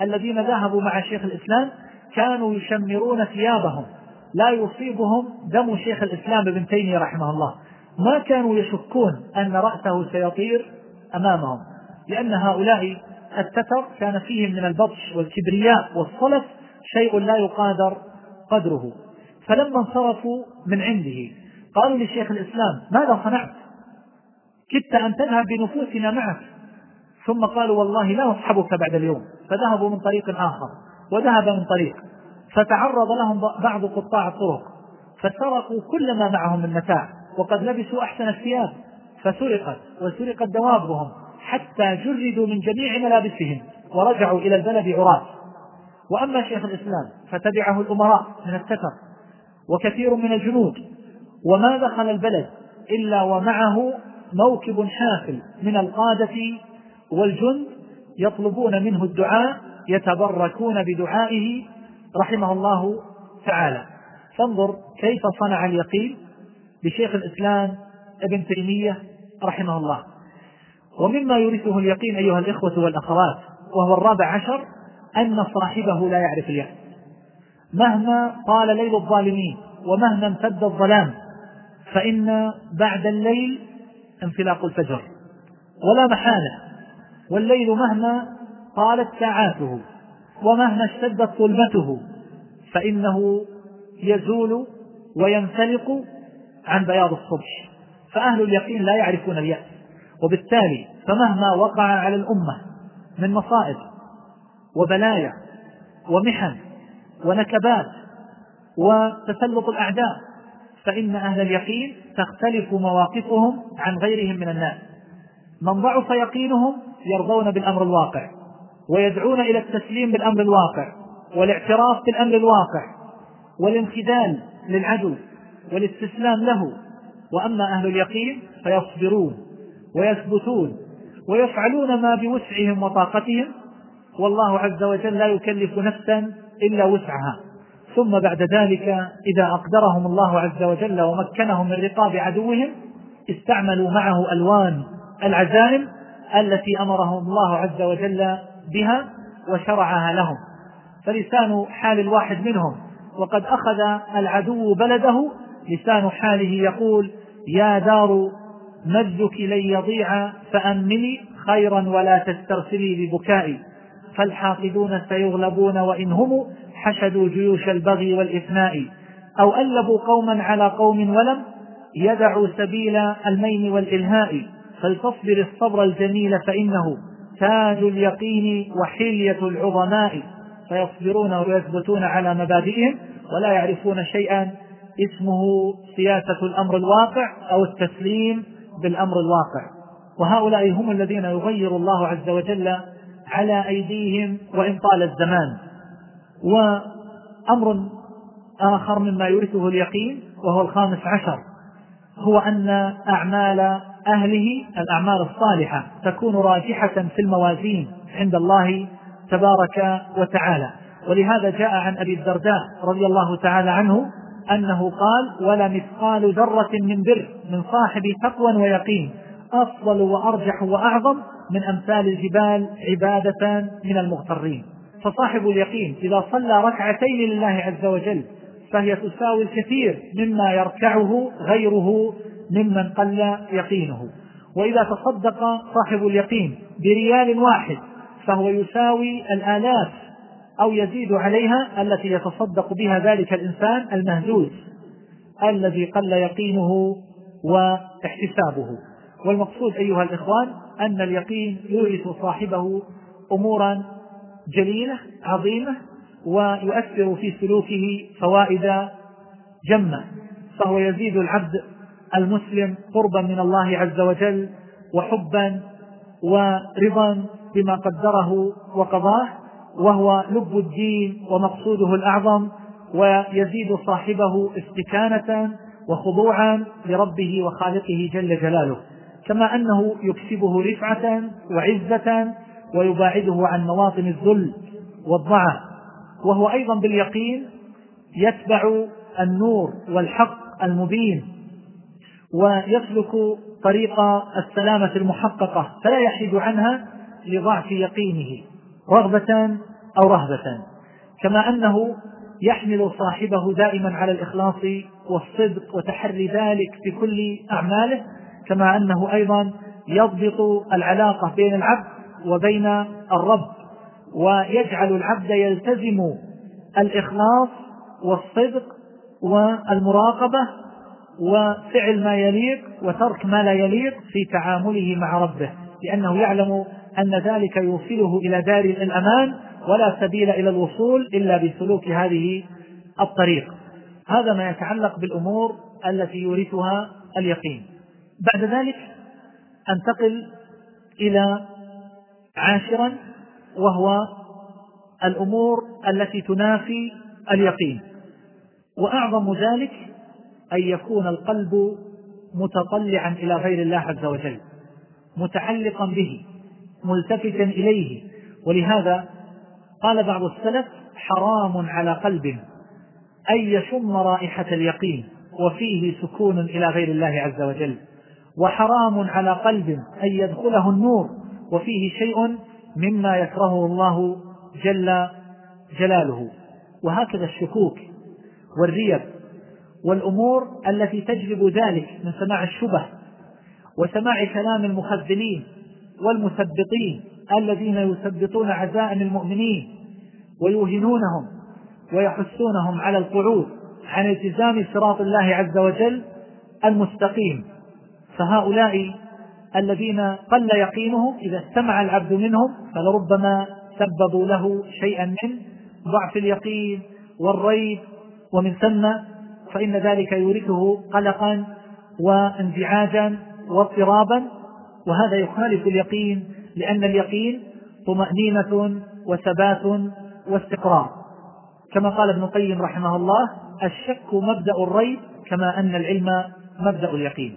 الذين ذهبوا مع شيخ الإسلام كانوا يشمرون ثيابهم لا يصيبهم دم شيخ الإسلام ابن تيمية رحمه الله، ما كانوا يشكون أن رأسه سيطير أمامهم، لأن هؤلاء التتر كان فيهم من البطش والكبرياء والصلف شيء لا يقادر قدره. فلما انصرفوا من عنده قالوا لشيخ الإسلام: ماذا صنعت؟ كدت أن تذهب بنفوسنا معك. ثم قالوا: والله لا نصحبك بعد اليوم. فذهبوا من طريق آخر وذهب من طريق، فتعرض لهم بعض قطاع الطرق فسرقوا كل ما معهم من متاع، وقد لبسوا أحسن الثياب، فسرقت وسرقت دوابهم حتى جردوا من جميع ملابسهم ورجعوا إلى البلد عراة. وأما شيخ الإسلام فتبعه الأمراء من التتر وكثير من الجنود، وما دخل البلد إلا ومعه موكب حافل من القادة والجند يطلبون منه الدعاء، يتبركون بدعائه رحمه الله تعالى. فانظر كيف صنع اليقين بشيخ الإسلام ابن تيمية رحمه الله. ومما يورثه اليقين أيها الإخوة والأخوات وهو الرابع عشر أن صاحبه لا يعرف اليأس، مهما طال ليل الظالمين ومهما امتد الظلام، فإن بعد الليل انفلاق الفجر ولا محالة، والليل مهما طالت ساعاته ومهما اشتدت ظلمته فإنه يزول وينفلق عن بياض الصبح. فأهل اليقين لا يعرفون اليأس، وبالتالي فمهما وقع على الأمة من مصائب وبلايا ومحن ونكبات وتسلط الأعداء فإن أهل اليقين تختلف مواقفهم عن غيرهم من الناس. من ضعف يقينهم يرضون بالأمر الواقع ويدعون إلى التسليم بالأمر الواقع والاعتراف بالأمر الواقع والانخذال للعدو والاستسلام له. وأما أهل اليقين فيصبرون ويثبتون ويفعلون ما بوسعهم وطاقتهم، والله عز وجل لا يكلف نفسا إلا وسعها. ثم بعد ذلك إذا أقدرهم الله عز وجل ومكنهم من رقاب عدوهم استعملوا معه ألوان العزائم التي أمرهم الله عز وجل بها وشرعها لهم. فلسان حال الواحد منهم وقد أخذ العدو بلده لسان حاله يقول: يا دار مجدك لن يضيع فأمني خيرا ولا تسترسلي ببكائي، فالحاقدون سيغلبون وإن هم حشدوا جيوش البغي والإثناء، أو ألبوا قوما على قوم ولم يدعوا سبيل المين والإلهاء، فلتصبر الصبر الجميل فإنه تاج اليقين وحلية العظماء. فيصبرون ويثبتون على مبادئهم ولا يعرفون شيئا اسمه سياسة الأمر الواقع أو التسليم بالأمر الواقع. وهؤلاء هم الذين يغير الله عز وجل على أيديهم وإن طال الزمان. وأمر آخر مما يورثه اليقين وهو الخامس عشر هو أن أعمال أهله الأعمال الصالحة تكون راجحة في الموازين عند الله تبارك وتعالى. ولهذا جاء عن أبي الدرداء رضي الله تعالى عنه أنه قال: ولا مثقال ذرة من بر من صاحب تقوى ويقين أفضل وأرجح وأعظم من أمثال الجبال عبادة من المغترين. فصاحب اليقين إذا صلى ركعتين لله عز وجل فهي تساوي الكثير مما يركعه غيره ممن قل يقينه. وإذا تصدق صاحب اليقين بريال واحد فهو يساوي الآلاف أو يزيد عليها التي يتصدق بها ذلك الإنسان المهزوز الذي قل يقينه واحتسابه. والمقصود أيها الإخوان أن اليقين يورث صاحبه أمورا جليلة عظيمة ويؤثر في سلوكه فوائد جمة، فهو يزيد العبد المسلم قربا من الله عز وجل وحبا ورضا بما قدره وقضاه، وهو لب الدين ومقصوده الأعظم، ويزيد صاحبه استكانة وخضوعا لربه وخالقه جل جلاله، كما أنه يكسبه رفعة وعزة ويباعده عن مواطن الذل والضعف. وهو أيضا باليقين يتبع النور والحق المبين ويسلك طريق السلامة المحققة فلا يحيد عنها لضعف يقينه، رغبة أو رهبة، كما أنه يحمل صاحبه دائما على الإخلاص والصدق وتحري ذلك في كل أعماله، كما أنه أيضا يضبط العلاقة بين العبد وبين الرب، ويجعل العبد يلتزم الإخلاص والصدق والمراقبة وفعل ما يليق وترك ما لا يليق في تعامله مع ربه، لأنه يعلم أن ذلك يوصله إلى دار الأمان، ولا سبيل إلى الوصول إلا بسلوك هذه الطريق. هذا ما يتعلق بالأمور التي يورثها اليقين. بعد ذلك أنتقل إلى عاشرا، وهو الأمور التي تنافي اليقين. وأعظم ذلك أن يكون القلب متطلعا إلى غير الله عز وجل، متعلقا به، ملتفتا إليه. ولهذا قال بعض السلف: حرام على قلب أن يشم رائحة اليقين وفيه سكون إلى غير الله عز وجل، وحرام على قلب أن يدخله النور وفيه شيء مما يكرهه الله جل جلاله. وهكذا الشكوك والريب والأمور التي تجلب ذلك من سماع الشبه وسماع كلام المخذلين والمثبطين الذين يثبطون عزائم المؤمنين ويوهنونهم ويحثونهم على القعود عن التزام صراط الله عز وجل المستقيم. فهؤلاء الذين قل يقينهم إذا استمع العبد منهم فلربما سببوا له شيئا من ضعف اليقين والريب، ومن ثم فإن ذلك يورثه قلقا وانزعاجا واضطرابا، وهذا يخالف اليقين، لأن اليقين طمأنينة وثبات واستقرار. كما قال ابن القيم رحمه الله: الشك مبدأ الريب كما أن العلم مبدأ اليقين.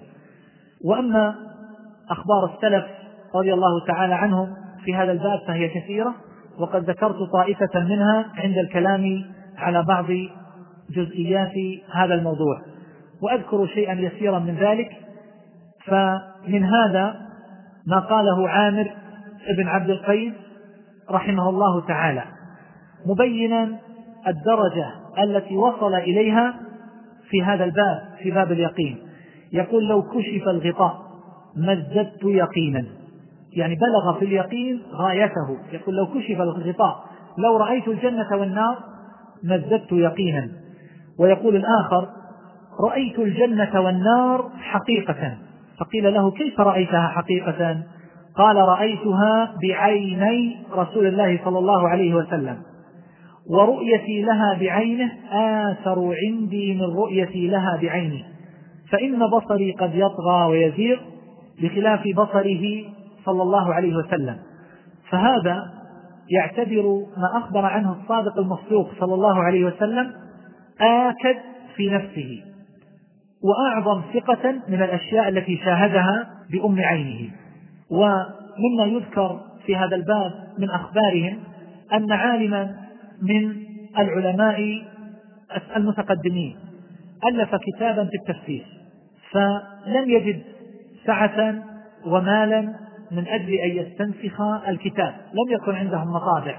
وأما أخبار السلف رضي الله تعالى عنهم في هذا الباب فهي كثيرة، وقد ذكرت طائفة منها عند الكلام على بعض جزئيات هذا الموضوع، وأذكر شيئا يسيرا من ذلك. فمن هذا ما قاله عامر ابن عبد القيس رحمه الله تعالى، مبينا الدرجة التي وصل إليها في هذا الباب، في باب اليقين. يقول: لو كشف الغطاء ما ازددت يقينا، يعني بلغ في اليقين غايته. يقول: لو كشف الغطاء، لو رأيت الجنة والنار ما ازددت يقينا. ويقول الآخر: رأيت الجنة والنار حقيقة. فقيل له: كيف رأيتها حقيقة؟ قال: رأيتها بعيني رسول الله صلى الله عليه وسلم، ورؤيتي لها بعينه آثر عندي من رؤيتي لها بعيني، فإن بصري قد يطغى ويزيغ بخلاف بصره صلى الله عليه وسلم. فهذا يعتبر ما أخبر عنه الصادق المصدوق صلى الله عليه وسلم آكد في نفسه وأعظم ثقة من الأشياء التي شاهدها بأم عينه. ومما يذكر في هذا الباب من أخبارهم أن عالما من العلماء المتقدمين ألف كتابا في التفسير، فلم يجد سعة ومالا من أجل أن يستنسخ الكتاب، لم يكن عندهم مطابع،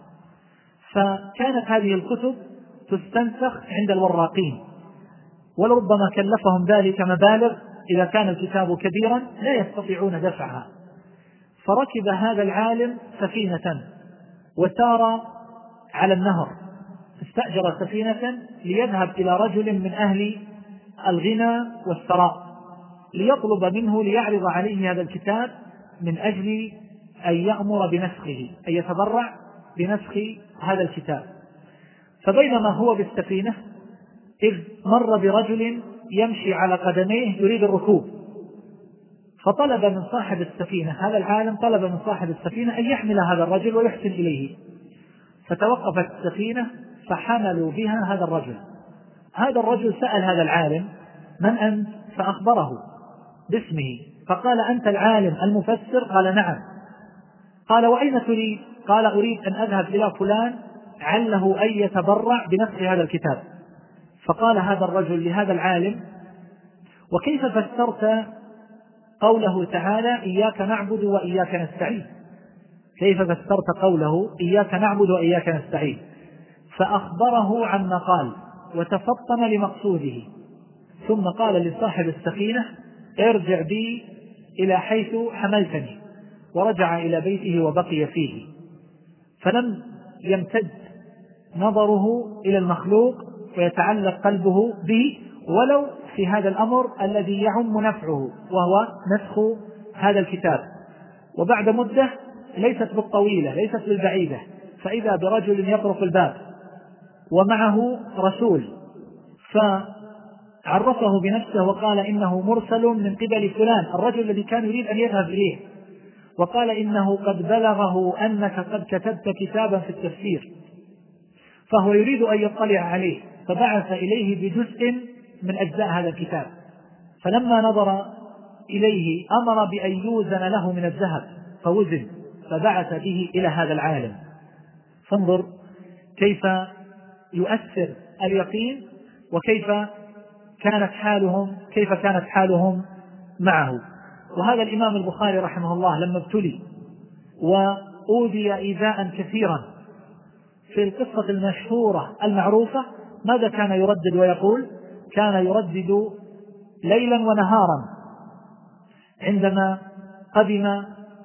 فكانت هذه الكتب تستنسخ عند الوراقين، ولربما كلفهم ذلك مبالغ إذا كان الكتاب كبيرا لا يستطيعون دفعها. فركب هذا العالم سفينة وسار على النهر، استأجر سفينة ليذهب إلى رجل من أهل الغنى والثراء ليطلب منه ليعرض عليه هذا الكتاب من أجل أن يأمر بنسخه، أن يتبرع بنسخ هذا الكتاب. فبينما هو بالسفينة إذ مر برجل يمشي على قدميه يريد الركوب، فطلب من صاحب السفينة، هذا العالم طلب من صاحب السفينة أن يحمل هذا الرجل ويحسن إليه، فتوقفت السفينة فحملوا بها هذا الرجل. هذا الرجل سأل هذا العالم: من أنت؟ فأخبره باسمه، فقال: أنت العالم المفسر؟ قال: نعم. قال: وأين تريد؟ قال: أريد أن أذهب إلى فلان عله أن يتبرع بنسخ هذا الكتاب. فقال هذا الرجل لهذا العالم: وكيف فسرت قوله تعالى: إياك نعبد وإياك نستعين؟ كيف فسرت قوله إياك نعبد وإياك نستعين؟ فأخبره عما قال وتفطن لمقصوده، ثم قال لصاحب السفينة ارجع بي إلى حيث حملتني، ورجع إلى بيته وبقي فيه، فلم يمتد نظره إلى المخلوق ويتعلق قلبه به ولو في هذا الأمر الذي يعم نفعه وهو نسخ هذا الكتاب. وبعد مدة ليست بالطويلة ليست بالبعيدة، فإذا برجل يطرق الباب ومعه رسول، فعرفه بنفسه وقال إنه مرسل من قبل فلان، الرجل الذي كان يريد أن يذهب إليه، وقال إنه قد بلغه أنك قد كتبت كتابا في التفسير، فهو يريد أن يطلع عليه، فبعث إليه بجزء من أجزاء هذا الكتاب. فلما نظر إليه أمر بأن يوزن له من الذهب فوزن، فبعث به إلى هذا العالم. فانظر كيف يؤثر اليقين وكيف كانت حالهم كيف كانت حالهم معه. وهذا الإمام البخاري رحمه الله لما ابتلي وأوذي إيذاء كثيرا في القصة المشهورة المعروفة، ماذا كان يردد ويقول؟ كان يردد ليلا ونهارا عندما قدم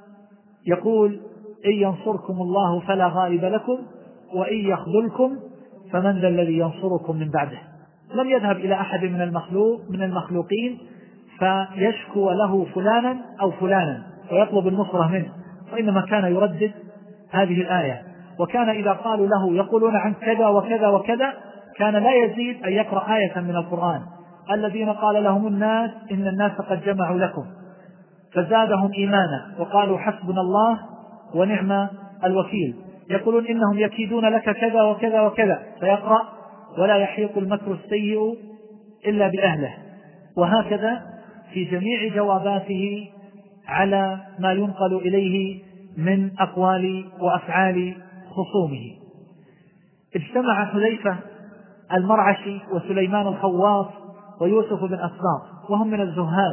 يقول إن ينصركم الله فلا غالب لكم وإن يخذلكم فمن ذا الذي ينصركم من بعده. لم يذهب إلى أحد من المخلوق من المخلوقين فيشكو له فلانا أو فلانا ويطلب النصرة منه، وإنما كان يردد هذه الآية. وكان إذا قالوا له يقولون عن كذا وكذا وكذا كان لا يزيد أن يقرأ آية من القرآن، الذين قال لهم الناس إن الناس قد جمعوا لكم فزادهم إيمانا وقالوا حسبنا الله ونعم الوكيل، يقولون إنهم يكيدون لك كذا وكذا وكذا، فيقرأ ولا يحيق المكر السيء إلا بأهله. وهكذا في جميع جواباته على ما ينقل إليه من أقوال وأفعال خصومه. اجتمع حذيفة المرعشي وسليمان الخواص ويوسف بن أسباط وهم من الزهاد،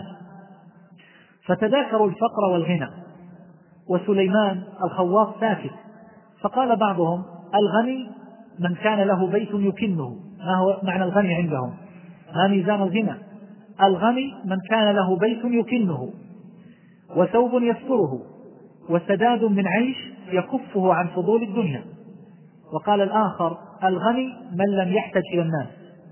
فتذاكروا الفقر والغنى، وسليمان الخواص ساكت، فقال بعضهم الغني من كان له بيت يكنه. ما هو معنى الغني عندهم؟ ما ميزان الغنى؟ الغني من كان له بيت يكنه وثوب يستره وسداد من عيش يكفه عن فضول الدنيا. وقال الآخر الغني من لم يحتج إلى الناس.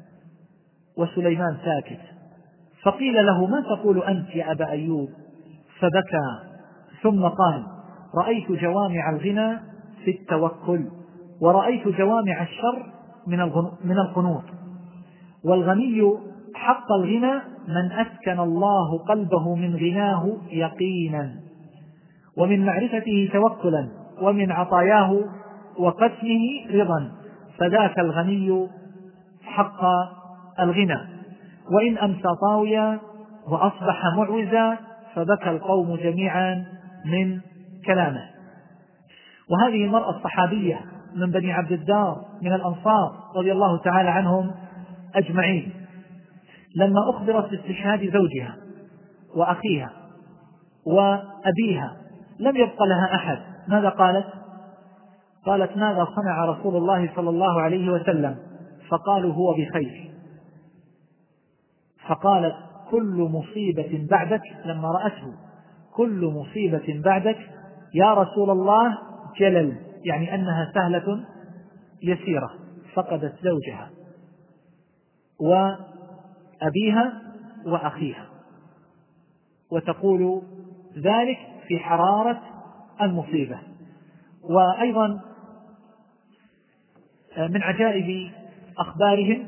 وسليمان ساكت، فقيل له ما تقول أنت يا أبا أيوب؟ فبكى ثم قال رأيت جوامع الغنى في التوكل ورأيت جوامع الشر من القنوط، والغني حق الغنى من أسكن الله قلبه من غناه يقينا ومن معرفته توكلا ومن عطاياه وقسمه رضا، فذاك الغني حق الغنى. وإن أمسى طاويا وأصبح معوزا فبكى القوم جميعا من كلامه. وهذه المرأة الصحابية من بني عبد الدار من الأنصار رضي الله تعالى عنهم أجمعين، لما أخبرت باستشهاد زوجها وأخيها وأبيها لم يبق لها أحد، ماذا قالت؟ قالت ماذا صنع رسول الله صلى الله عليه وسلم؟ فقالوا هو بخير. فقالت كل مصيبة بعدك، لما رأته كل مصيبة بعدك يا رسول الله جلل، يعني أنها سهلة يسيرة. فقدت زوجها وأبيها وأخيها، وتقول ذلك في حرارة المصيبة. وأيضا من عجائب أخبارهم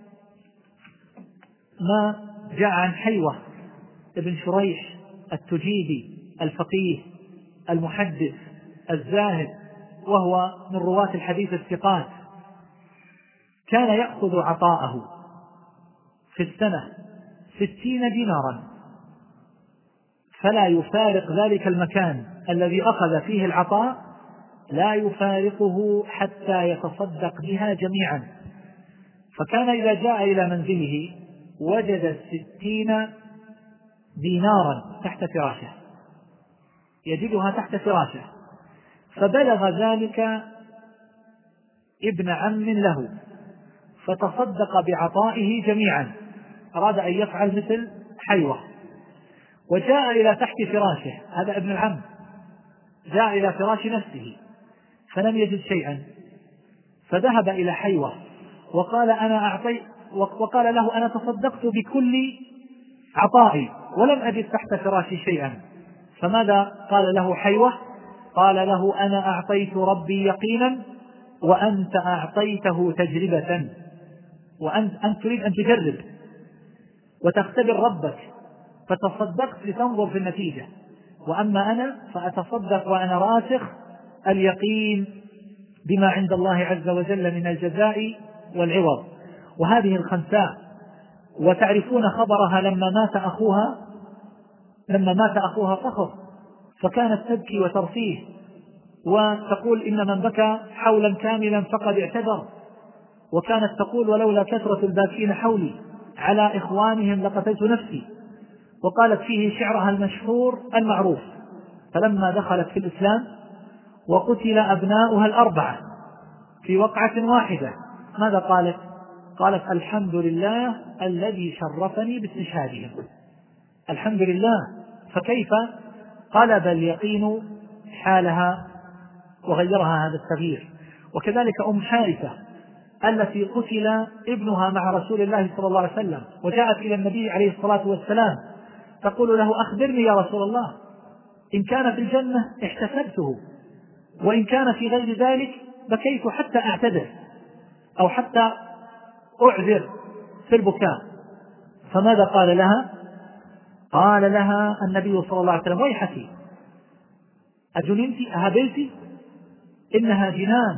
ما جاء عن حيوة ابن شريح التجيبي الفقيه المحدث الزاهد، وهو من رواة الحديث الثقات، كان يأخذ عطاءه في السنة ستين دينارا، فلا يفارق ذلك المكان الذي أخذ فيه العطاء، لا يفارقه حتى يتصدق بها جميعا. فكان إذا جاء إلى منزله وجد ستين دينارا تحت فراشه، يجدها تحت فراشه، فبلغ ذلك ابن عم له فتصدق بعطائه جميعا، أراد أن يفعل مثل حيوة، وجاء إلى تحت فراشه، هذا ابن العم جاء إلى فراش نفسه فلم يجد شيئا، فذهب إلى حيوة وقال أنا أعطي وقال له أنا تصدقت بكل عطائي ولم أجد تحت فراشي شيئا. فماذا قال له حيوة؟ قال له أنا أعطيت ربي يقينا وأنت أعطيته تجربة، وأنت أنت تريد أن تجرب وتختبر ربك فتصدقت لتنظر في النتيجة، وأما أنا فأتصدق وأنا راسخ اليقين بما عند الله عز وجل من الجزاء والعوض. وهذه الخنساء وتعرفون خبرها لما مات أخوها لما مات أخوها فخر، فكانت تبكي وترثيه وتقول إن من بكى حولا كاملا فقد اعتذر، وكانت تقول ولولا كثرة الباكين حولي على إخوانهم لقتلت نفسي، وقالت فيه شعرها المشهور المعروف. فلما دخلت في الإسلام وقتل أبناؤها الأربعة في وقعة واحدة ماذا قالت؟ قالت الحمد لله الذي شرفني باستشهادهم. الحمد لله. فكيف قلب اليقين حالها وغيرها هذا التغيير. وكذلك أم حارثة التي قتل ابنها مع رسول الله صلى الله عليه وسلم وجاءت إلى النبي عليه الصلاة والسلام تقول له أخبرني يا رسول الله، إن كان في الجنة احتسبته وإن كان في غير ذلك بكيت حتى أعتذر أو حتى أعذر في البكاء. فماذا قال لها؟ قال لها النبي صلى الله عليه وسلم ويحك أجننت أهبلت إنها جنان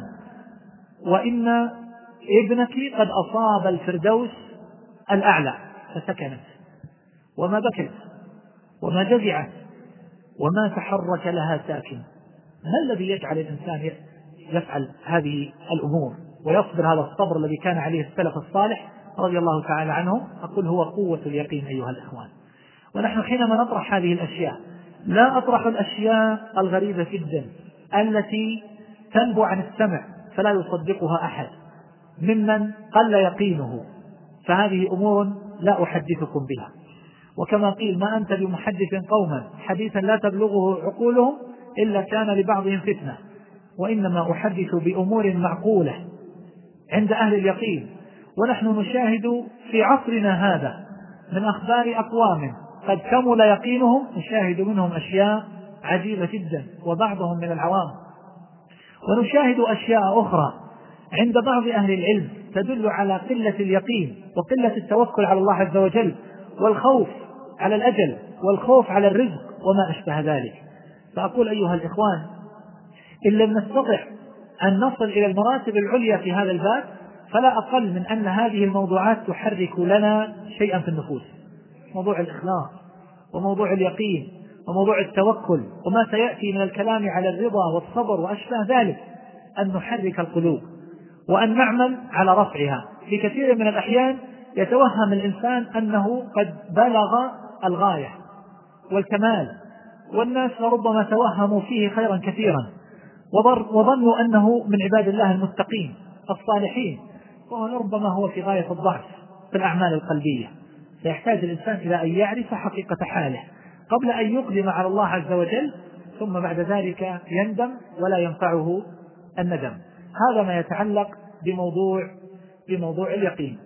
وإن ابنك قد أصاب الفردوس الأعلى. فسكنت وما بكت وما جزعت وما تحرك لها ساكن. ما الذي يجعل الإنسان يفعل هذه الأمور ويصبر هذا الصبر الذي كان عليه السلف الصالح رضي الله تعالى عنهم؟ أقول هو قوة اليقين أيها الإخوان. ونحن حينما نطرح هذه الأشياء لا أطرح الأشياء الغريبة جدا التي تنبو عن السمع فلا يصدقها أحد ممن قل يقينه، فهذه أمور لا أحدثكم بها. وكما قيل ما أنت بمحدث قوما حديثا لا تبلغه عقولهم إلا كان لبعضهم فتنة، وإنما أحدث بأمور معقولة عند أهل اليقين. ونحن نشاهد في عصرنا هذا من أخبار أقوام قد كمل يقينهم، نشاهد منهم أشياء عجيبة جدا وبعضهم من العوام، ونشاهد أشياء أخرى عند بعض أهل العلم تدل على قلة اليقين وقلة التوكل على الله عز وجل والخوف على الأجل والخوف على الرزق وما أشبه ذلك. فأقول أيها الإخوان إن لم نستطع أن نصل إلى المراتب العليا في هذا الباب فلا أقل من أن هذه الموضوعات تحرك لنا شيئا في النفوس، موضوع الإخلاص وموضوع اليقين وموضوع التوكل وما سيأتي من الكلام على الرضا والصبر وأشبه ذلك، أن نحرك القلوب وأن نعمل على رفعها. في كثير من الأحيان يتوهم الإنسان أنه قد بلغ الغاية والكمال، والناس ربما توهموا فيه خيرا كثيرا وظنوا أنه من عباد الله المتقين الصالحين، وربما هو في غاية الضعف في الأعمال القلبية. فيحتاج الإنسان إلى أن يعرف حقيقة حاله قبل أن يقدم على الله عز وجل، ثم بعد ذلك يندم ولا ينفعه الندم. هذا ما يتعلق بموضوع بموضوع اليقين.